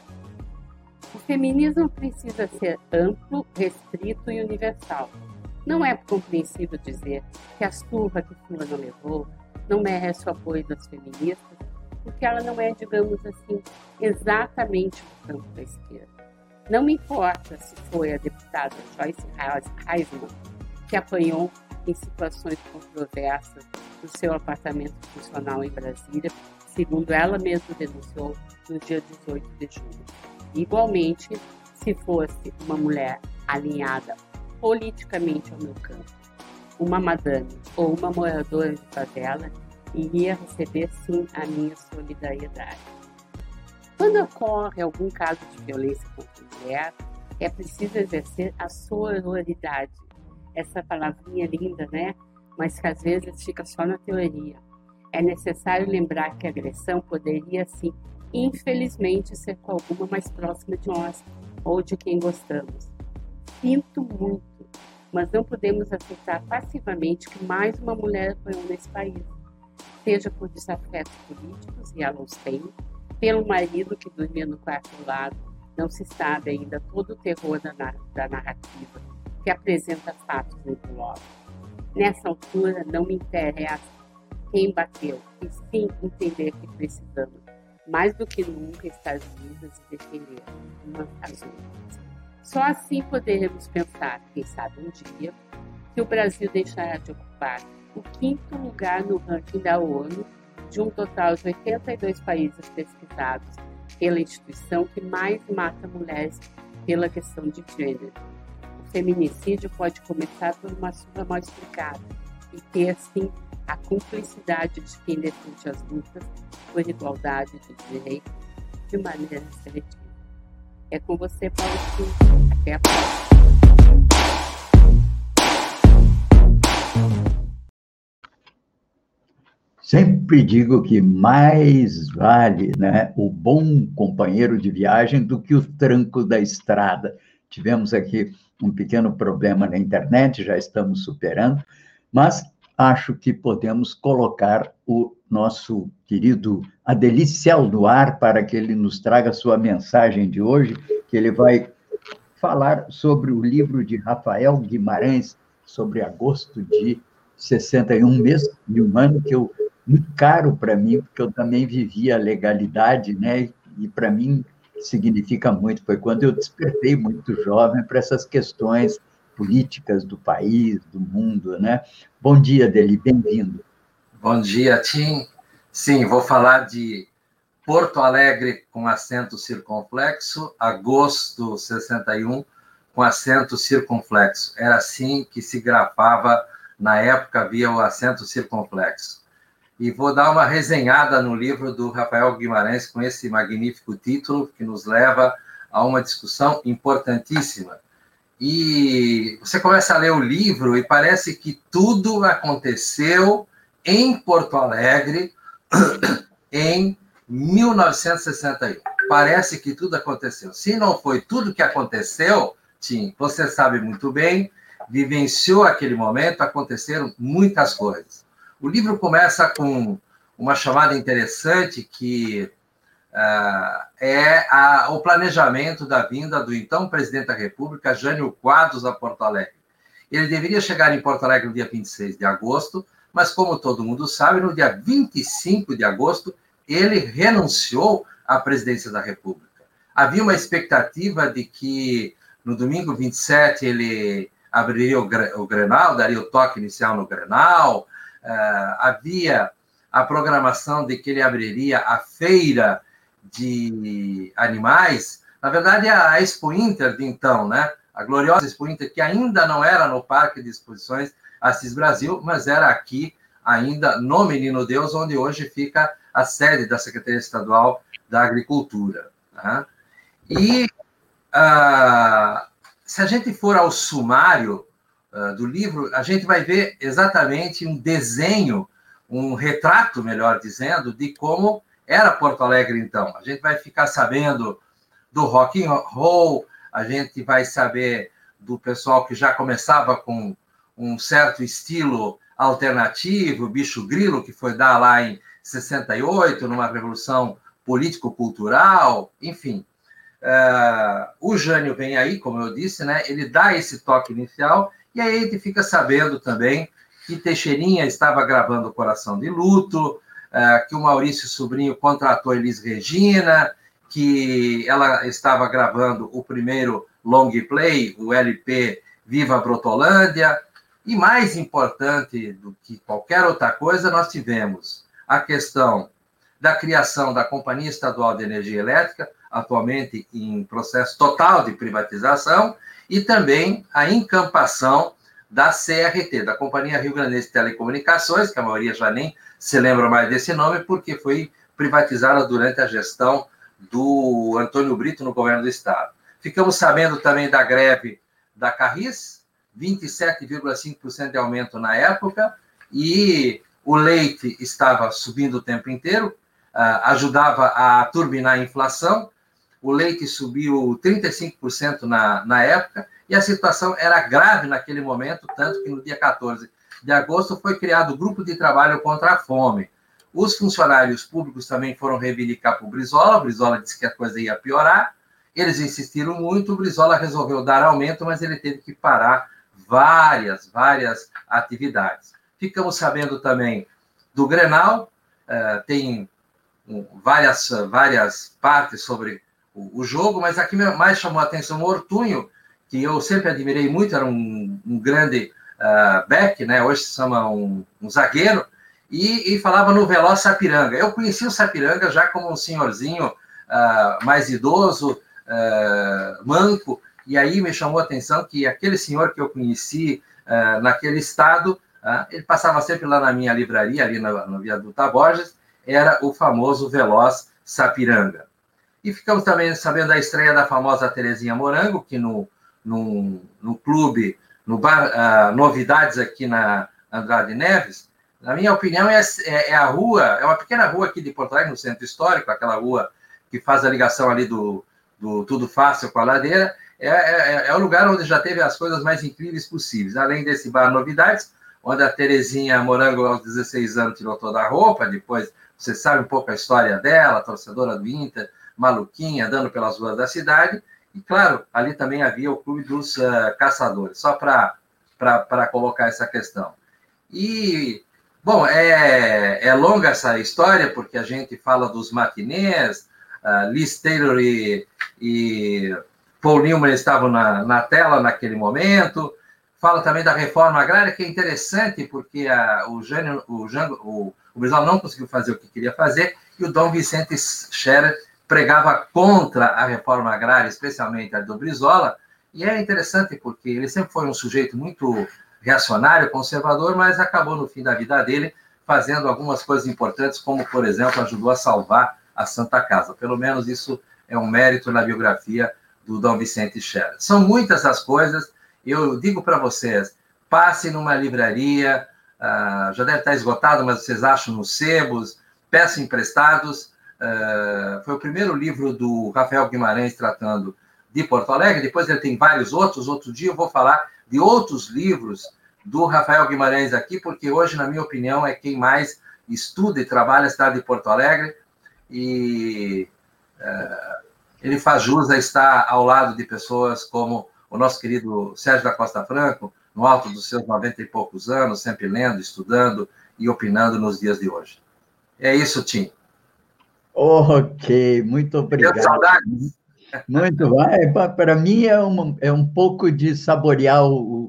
O feminismo precisa ser amplo, restrito e universal. Não é compreensível dizer que a surra que fulana levou não merece o apoio das feministas, porque ela não é, digamos assim, exatamente no campo da esquerda. Não me importa se foi a deputada Joyce Highsman que apanhou em situações controversas no seu apartamento funcional em Brasília, segundo ela mesma denunciou no dia 18 de julho. Igualmente, se fosse uma mulher alinhada politicamente ao meu campo, uma madame ou uma moradora de favela, iria receber sim a minha solidariedade. Quando ocorre algum caso de violência contra a mulher, é preciso exercer a sororidade. Essa palavrinha linda, né? Mas que às vezes fica só na teoria. É necessário lembrar que a agressão poderia, sim, infelizmente, ser com alguma mais próxima de nós ou de quem gostamos. Sinto muito, mas não podemos aceitar passivamente que mais uma mulher apanhou nesse país, seja por desafetos políticos, e ela os tem, pelo marido que dormia no quarto do lado, não se sabe ainda todo o terror da narrativa, que apresenta fatos muito óbvios. Nessa altura, não me interessa quem bateu, e sim entender que precisamos mais do que nunca estar unidas e defender umas às outras. Só assim poderemos pensar, quem sabe um dia, que o Brasil deixará de ocupar o 5º lugar no ranking da ONU, de um total de 82 países pesquisados pela instituição que mais mata mulheres pela questão de gênero. O feminicídio pode começar por uma surra mal explicada e ter, assim, a cumplicidade de quem defende as lutas por igualdade de direitos de maneira seletiva. É com você, Paulo Silva. Até a próxima. Sempre digo que mais vale, né, o bom companheiro de viagem do que o tranco da estrada. Tivemos aqui um pequeno problema na internet, já estamos superando, mas acho que podemos colocar o nosso querido Adelicel no ar para que ele nos traga a sua mensagem de hoje, que ele vai falar sobre o livro de Rafael Guimarães, sobre agosto de 61, mês de um ano que eu muito caro para mim, porque eu também vivi a legalidade, né? E para mim significa muito. Foi quando eu despertei muito jovem para essas questões políticas do país, do mundo, né? Bom dia, Deli, bem-vindo. Bom dia, Tim. Sim, vou falar de Porto Alegre com acento circunflexo, agosto 61 com acento circunflexo. Era assim que se grafava na época via o acento circunflexo. E vou dar uma resenhada no livro do Rafael Guimarães com esse magnífico título que nos leva a uma discussão importantíssima. E você começa a ler o livro e parece que tudo aconteceu em Porto Alegre em 1961. Parece que tudo aconteceu. Se não foi tudo que aconteceu, Tim, você sabe muito bem, vivenciou aquele momento, aconteceram muitas coisas. O livro começa com uma chamada interessante que o planejamento da vinda do então presidente da República, Jânio Quadros, a Porto Alegre. Ele deveria chegar em Porto Alegre no dia 26 de agosto, mas, como todo mundo sabe, no dia 25 de agosto, ele renunciou à presidência da República. Havia uma expectativa de que, no domingo 27, ele abriria o Grenal, daria o toque inicial no Grenal. Havia a programação de que ele abriria a feira de animais, na verdade, a Expo Inter de então, né? A gloriosa Expo Inter, que ainda não era no Parque de Exposições Assis Brasil, mas era aqui, ainda no Menino Deus, onde hoje fica a sede da Secretaria Estadual da Agricultura. Né? E se a gente for ao sumário do livro, a gente vai ver exatamente um desenho, um retrato, melhor dizendo, de como era Porto Alegre então. A gente vai ficar sabendo do rock and roll, a gente vai saber do pessoal que já começava com um certo estilo alternativo, Bicho Grilo, que foi dar lá em 68, numa revolução político-cultural, enfim. O Jânio vem aí, como eu disse, né? Ele dá esse toque inicial, e aí a gente fica sabendo também que Teixeirinha estava gravando o Coração de Luto, que o Maurício Sobrinho contratou Elis Regina, que ela estava gravando o primeiro long play, o LP Viva Brotolândia, e mais importante do que qualquer outra coisa, nós tivemos a questão da criação da Companhia Estadual de Energia Elétrica, atualmente em processo total de privatização, e também a encampação da CRT, da Companhia Rio Grandense de Telecomunicações, que a maioria já nem se lembra mais desse nome, porque foi privatizada durante a gestão do Antônio Brito no governo do Estado. Ficamos sabendo também da greve da Carris, 27,5% de aumento na época, e o leite estava subindo o tempo inteiro, ajudava a turbinar a inflação, o leite subiu 35% na época, e a situação era grave naquele momento, tanto que no dia 14 de agosto foi criado o Grupo de Trabalho contra a Fome. Os funcionários públicos também foram reivindicar para o Brizola disse que a coisa ia piorar, eles insistiram muito, o Brizola resolveu dar aumento, mas ele teve que parar várias atividades. Ficamos sabendo também do Grenal, tem várias partes sobre o jogo, mas aqui mais chamou a atenção o Ortúnio, que eu sempre admirei muito, era um grande back, né? Hoje se chama um zagueiro, e falava no Veloz Sapiranga. Eu conheci o Sapiranga já como um senhorzinho mais idoso, manco, e aí me chamou a atenção que aquele senhor que eu conheci naquele estado, ele passava sempre lá na minha livraria, ali no Viaduto Borges, era o famoso Veloz Sapiranga. E ficamos também sabendo da estreia da famosa Terezinha Morango, que no clube, no bar Novidades aqui na Andrade Neves, na minha opinião, é a rua, é uma pequena rua aqui de Porto Alegre, no centro histórico, aquela rua que faz a ligação ali do Tudo Fácil com a ladeira, é o lugar onde já teve as coisas mais incríveis possíveis. Além desse bar Novidades, onde a Terezinha Morango, aos 16 anos, tirou toda a roupa, depois você sabe um pouco a história dela, torcedora do Inter, maluquinha, andando pelas ruas da cidade, e, claro, ali também havia o Clube dos Caçadores, só para colocar essa questão. E, bom, é longa essa história, porque a gente fala dos matinês, Liz Taylor e Paul Newman estavam na tela naquele momento, fala também da reforma agrária, que é interessante, porque o Brizola não conseguiu fazer o que queria fazer, e o Dom Vicente Scherer pregava contra a reforma agrária, especialmente a do Brizola, e é interessante porque ele sempre foi um sujeito muito reacionário, conservador, mas acabou no fim da vida dele fazendo algumas coisas importantes, como, por exemplo, ajudou a salvar a Santa Casa. Pelo menos isso é um mérito na biografia do Dom Vicente Scherer. São muitas as coisas, eu digo para vocês, passe numa livraria, já deve estar esgotado, mas vocês acham nos sebos, peçam emprestados. Foi o primeiro livro do Rafael Guimarães tratando de Porto Alegre, depois ele tem vários outros. Outro dia eu vou falar de outros livros do Rafael Guimarães aqui, porque hoje, na minha opinião, é quem mais estuda e trabalha a cidade de Porto Alegre, e ele faz jus a estar ao lado de pessoas como o nosso querido Sérgio da Costa Franco, no alto dos seus 90 e poucos anos, sempre lendo, estudando e opinando nos dias de hoje. É isso, Tim. Ok, muito obrigado. Saudades. Muito bom. Para mim é um pouco de saborear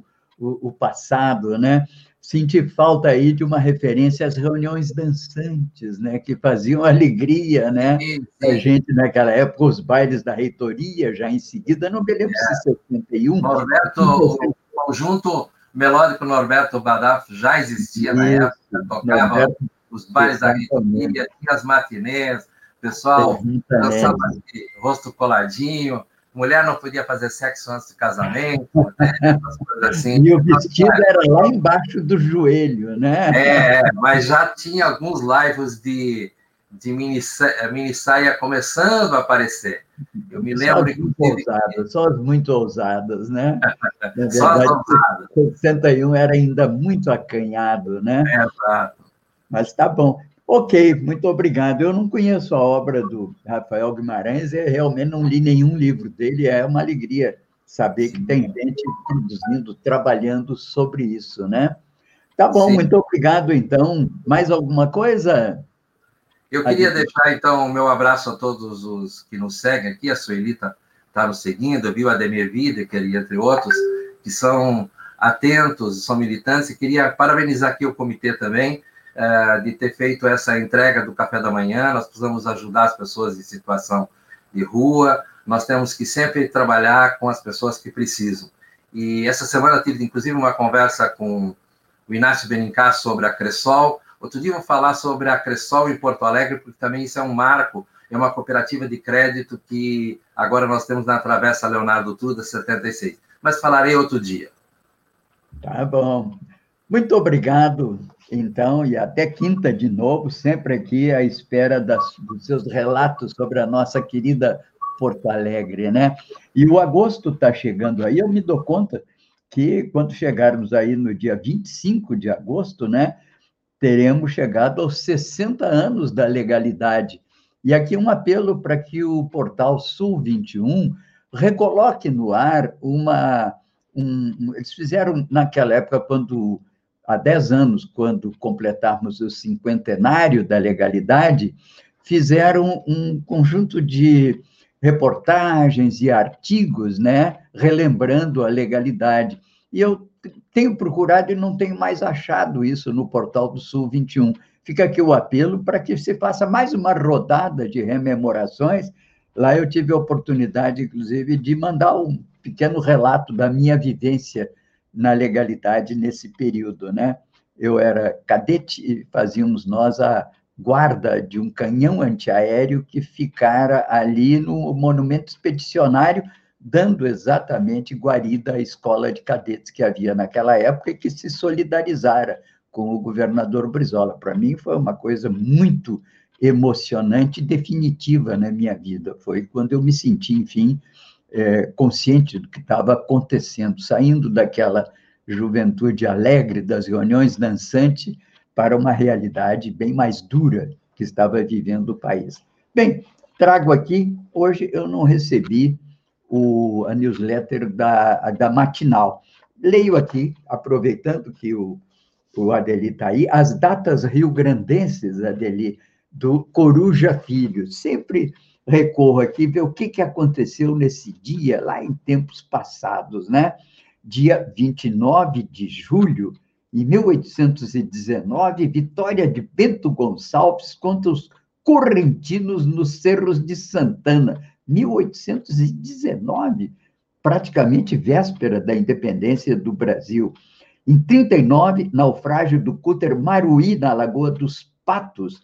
o passado, né? Senti falta aí de uma referência às reuniões dançantes, né? Que faziam alegria, né? A gente, naquela época, os bailes da reitoria, já em seguida, não me lembro se 71. O conjunto melódico Norberto Badaf já existia na época, tocava os bailes da reitoria, tinha as matinês, pessoal dançava de rosto coladinho, mulher não podia fazer sexo antes do casamento, né? Coisas assim. E o vestido era lá embaixo do joelho, né? Mas já tinha alguns lives de mini saia começando a aparecer. Eu me lembro... Só as muito ousadas, né? Na verdade, só as ousadas. 61 era ainda muito acanhado, né? Exato. Mas tá bom. Ok, muito obrigado. Eu não conheço a obra do Rafael Guimarães, eu realmente não li nenhum livro dele, é uma alegria saber que tem gente produzindo, trabalhando sobre isso, né? Tá bom, muito obrigado, então. Mais alguma coisa? Eu queria deixar, então, o meu abraço a todos os que nos seguem aqui, a Sueli está nos seguindo, viu, a Ademir Videker, entre outros, que são atentos, são militantes, e queria parabenizar aqui o comitê também, de ter feito essa entrega do café da manhã. Nós precisamos ajudar as pessoas em situação de rua, nós temos que sempre trabalhar com as pessoas que precisam. E essa semana tive, inclusive, uma conversa com o Inácio Benincá sobre a Cressol. Outro dia eu vou falar sobre a Cressol em Porto Alegre, porque também isso é um marco, é uma cooperativa de crédito que agora nós temos na Travessa Leonardo Truda, 76. Mas falarei outro dia. Tá bom. Muito obrigado, então, e até quinta de novo, sempre aqui à espera dos seus relatos sobre a nossa querida Porto Alegre, né? E o agosto está chegando aí, eu me dou conta que quando chegarmos aí no dia 25 de agosto, né, teremos chegado aos 60 anos da legalidade. E aqui um apelo para que o portal Sul 21 recoloque no ar eles fizeram naquela época, há 10 anos, quando completarmos o 50º da legalidade, fizeram um conjunto de reportagens e artigos, né, relembrando a legalidade. E eu tenho procurado e não tenho mais achado isso no portal do Sul 21. Fica aqui o apelo para que se faça mais uma rodada de rememorações. Lá eu tive a oportunidade, inclusive, de mandar um pequeno relato da minha vivência na legalidade nesse período, né? Eu era cadete e fazíamos nós a guarda de um canhão antiaéreo que ficara ali no monumento expedicionário, dando exatamente guarida à escola de cadetes que havia naquela época e que se solidarizara com o governador Brizola. Para mim foi uma coisa muito emocionante e definitiva na minha vida. Foi quando eu me senti, enfim, consciente do que estava acontecendo, saindo daquela juventude alegre das reuniões dançantes para uma realidade bem mais dura que estava vivendo o país. Bem, trago aqui, hoje eu não recebi a newsletter da Matinal. Leio aqui, aproveitando que o Adeli está aí, as datas rio-grandenses, Adeli, do Coruja Filho. Sempre recorro aqui ver o que aconteceu nesse dia, lá em tempos passados, né? Dia 29 de julho de 1819, vitória de Bento Gonçalves contra os correntinos nos Cerros de Santana. 1819, praticamente véspera da independência do Brasil. Em 39, naufrágio do cúter Maruí, na Lagoa dos Patos.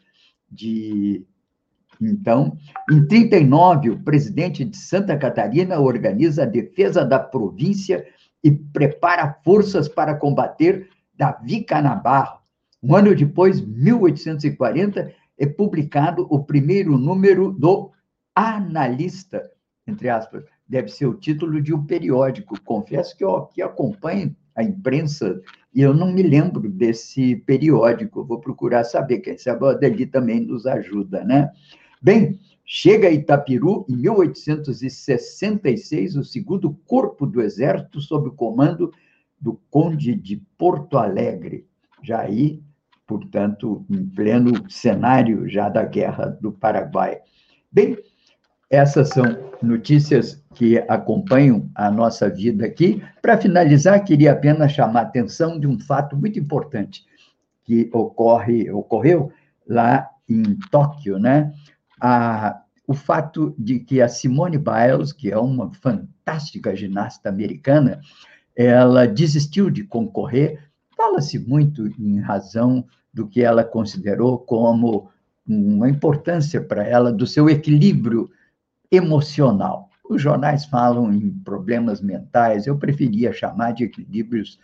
Então, em 39, o presidente de Santa Catarina organiza a defesa da província e prepara forças para combater Davi Canabarro. Um ano depois, 1840, é publicado o primeiro número do Analista, entre aspas, deve ser o título de um periódico. Confesso que eu aqui acompanho a imprensa e eu não me lembro desse periódico. Vou procurar saber, quem sabe o Adeli também nos ajuda, né? Bem, chega a Itapiru, em 1866, o 2º Corpo do Exército, sob o comando do Conde de Porto Alegre, já aí, portanto, em pleno cenário já da Guerra do Paraguai. Bem, essas são notícias que acompanham a nossa vida aqui. Para finalizar, queria apenas chamar a atenção de um fato muito importante que ocorreu lá em Tóquio, né? O fato de que a Simone Biles, que é uma fantástica ginasta americana, ela desistiu de concorrer. Fala-se muito em razão do que ela considerou como uma importância para ela, do seu equilíbrio emocional. Os jornais falam em problemas mentais, eu preferia chamar de equilíbrios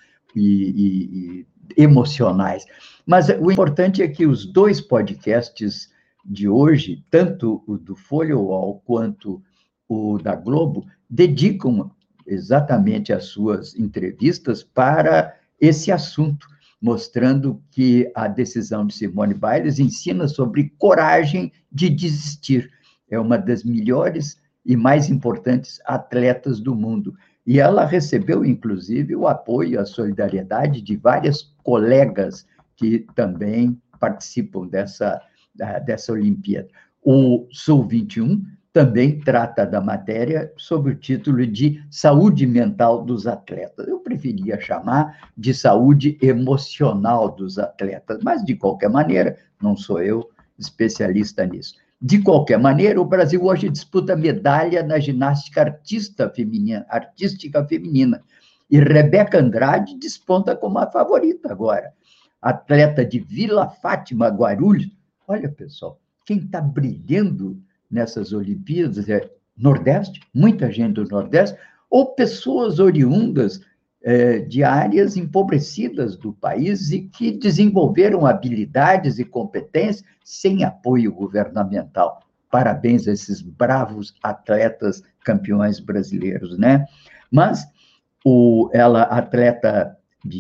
emocionais. Mas o importante é que os dois podcasts de hoje, tanto o do Folha UOL quanto o da Globo, dedicam exatamente as suas entrevistas para esse assunto, mostrando que a decisão de Simone Biles ensina sobre coragem de desistir. É uma das melhores e mais importantes atletas do mundo. E ela recebeu, inclusive, o apoio, a solidariedade de várias colegas que também participam dessa Olimpíada. O Sul 21 também trata da matéria sob o título de Saúde Mental dos Atletas. Eu preferia chamar de saúde emocional dos atletas, mas, de qualquer maneira, não sou eu especialista nisso. De qualquer maneira, o Brasil hoje disputa medalha na ginástica artística feminina. E Rebeca Andrade desponta como a favorita agora. Atleta de Vila Fátima, Guarulhos. Olha, pessoal, quem está brilhando nessas Olimpíadas é Nordeste, muita gente do Nordeste, ou pessoas oriundas de áreas empobrecidas do país e que desenvolveram habilidades e competências sem apoio governamental. Parabéns a esses bravos atletas campeões brasileiros, né? Mas ela, atleta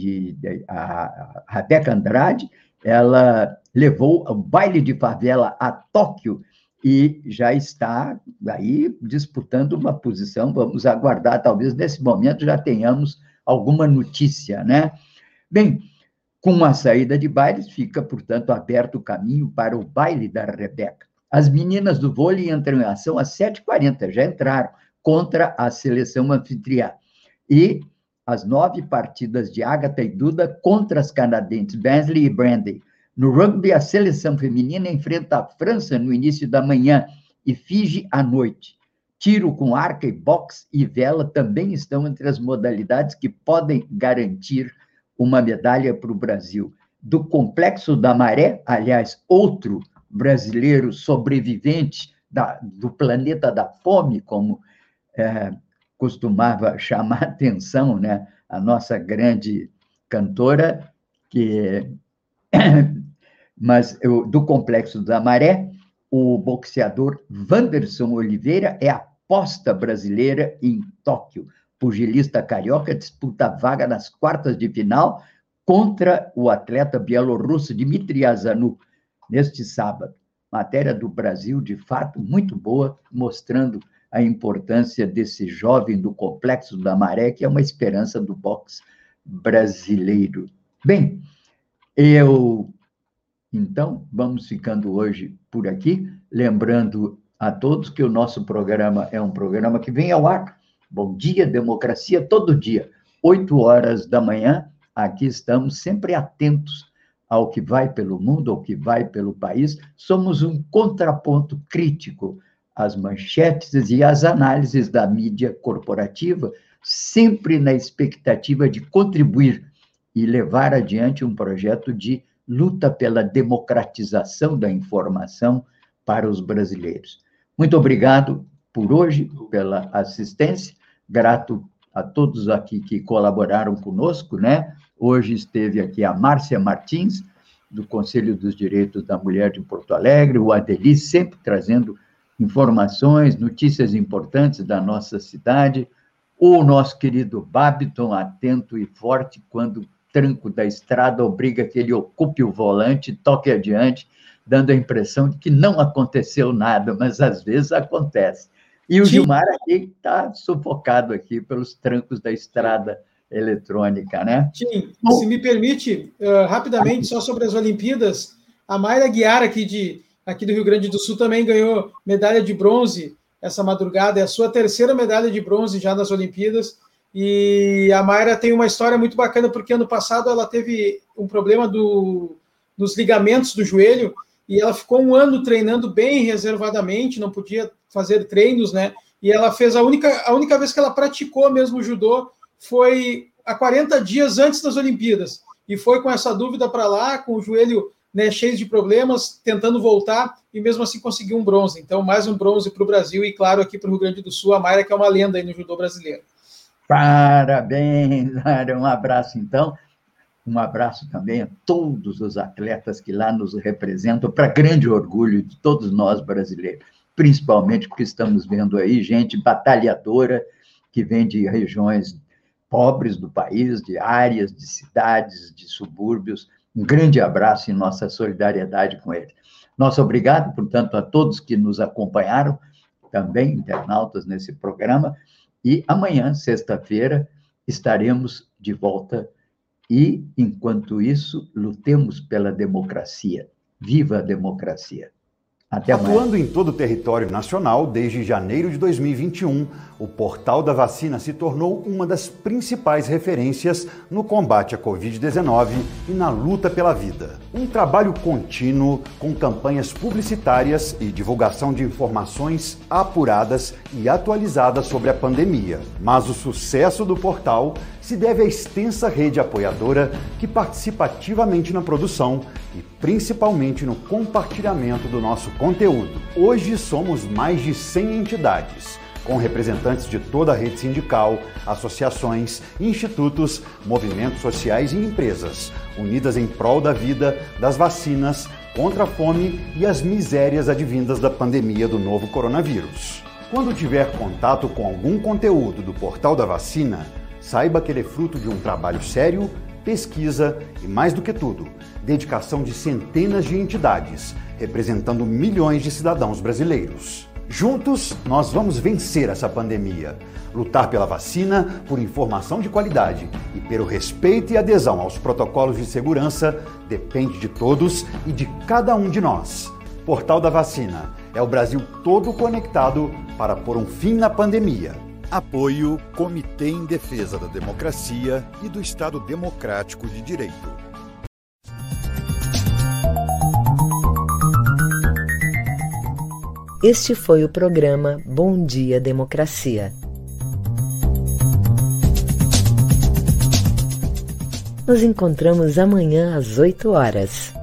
a Rebeca Andrade, ela levou o baile de favela a Tóquio e já está aí disputando uma posição. Vamos aguardar, talvez nesse momento já tenhamos alguma notícia, né? Bem, com a saída de Biles, fica, portanto, aberto o caminho para o baile da Rebeca. As meninas do vôlei entram em ação às 7h40, já entraram, contra a seleção anfitriã. E as 9 partidas de Agatha e Duda contra as canadenses Bensley e Brandy. No rugby, a seleção feminina enfrenta a França no início da manhã e Fiji à noite. Tiro com arco e boxe e vela também estão entre as modalidades que podem garantir uma medalha para o Brasil. Do Complexo da Maré, aliás, outro brasileiro sobrevivente do planeta da fome, como costumava chamar a atenção, né? A nossa grande cantora, mas do Complexo da Maré, o boxeador Wanderson Oliveira é a aposta brasileira em Tóquio. Pugilista carioca disputa a vaga nas quartas de final contra o atleta bielorrusso Dmitry Azanu, neste sábado. Matéria do Brasil, de fato, muito boa, mostrando a importância desse jovem do Complexo da Maré, que é uma esperança do boxe brasileiro. Bem, então, vamos ficando hoje por aqui, lembrando a todos que o nosso programa é um programa que vem ao ar. Bom dia, democracia, todo dia, 8h da manhã, aqui estamos sempre atentos ao que vai pelo mundo, ao que vai pelo país. Somos um contraponto crítico às manchetes e às análises da mídia corporativa, sempre na expectativa de contribuir e levar adiante um projeto de luta pela democratização da informação para os brasileiros. Muito obrigado por hoje, pela assistência, grato a todos aqui que colaboraram conosco, né? Hoje esteve aqui a Márcia Martins, do Conselho dos Direitos da Mulher de Porto Alegre, o Adeli, sempre trazendo informações, notícias importantes da nossa cidade, o nosso querido Babiton, atento e forte, quando o tranco da estrada obriga que ele ocupe o volante, toque adiante, dando a impressão de que não aconteceu nada, mas às vezes acontece. E o Gilmar aqui está sufocado aqui pelos trancos da estrada eletrônica, né? Tim, se me permite, rapidamente, só sobre as Olimpíadas, a Mayra Guiar, aqui do Rio Grande do Sul, também ganhou medalha de bronze essa madrugada, é a sua terceira medalha de bronze já nas Olimpíadas, e a Mayra tem uma história muito bacana, porque ano passado ela teve um problema dos ligamentos do joelho, e ela ficou um ano treinando bem reservadamente, não podia fazer treinos, né? E ela fez a única vez que ela praticou mesmo o judô foi há 40 dias antes das Olimpíadas. E foi com essa dúvida para lá, com o joelho, né, cheio de problemas, tentando voltar, e mesmo assim conseguiu um bronze. Então, mais um bronze para o Brasil, e claro, aqui para o Rio Grande do Sul, a Mayra, que é uma lenda aí no judô brasileiro. Parabéns, Mayra. Um abraço, então. Um abraço também a todos os atletas que lá nos representam, para grande orgulho de todos nós brasileiros, principalmente porque estamos vendo aí gente batalhadora que vem de regiões pobres do país, de áreas, de cidades, de subúrbios. Um grande abraço e nossa solidariedade com eles. Nosso obrigado, portanto, a todos que nos acompanharam, também internautas nesse programa, e amanhã, sexta-feira, estaremos de volta. E, enquanto isso, lutemos pela democracia. Viva a democracia! Até mais. Atuando em todo o território nacional, desde janeiro de 2021, o Portal da Vacina se tornou uma das principais referências no combate à Covid-19 e na luta pela vida. Um trabalho contínuo, com campanhas publicitárias e divulgação de informações apuradas e atualizadas sobre a pandemia. Mas o sucesso do portal se deve à extensa rede apoiadora que participa ativamente na produção e principalmente no compartilhamento do nosso conteúdo. Hoje somos mais de 100 entidades, com representantes de toda a rede sindical, associações, institutos, movimentos sociais e empresas, unidas em prol da vida, das vacinas, contra a fome e as misérias advindas da pandemia do novo coronavírus. Quando tiver contato com algum conteúdo do Portal da Vacina, saiba que ele é fruto de um trabalho sério, pesquisa e, mais do que tudo, dedicação de centenas de entidades, representando milhões de cidadãos brasileiros. Juntos, nós vamos vencer essa pandemia, lutar pela vacina, por informação de qualidade e pelo respeito e adesão aos protocolos de segurança depende de todos e de cada um de nós. Portal da Vacina. É o Brasil todo conectado para pôr um fim na pandemia. Apoio Comitê em Defesa da Democracia e do Estado Democrático de Direito. Este foi o programa Bom Dia Democracia. Nos encontramos amanhã às 8 horas.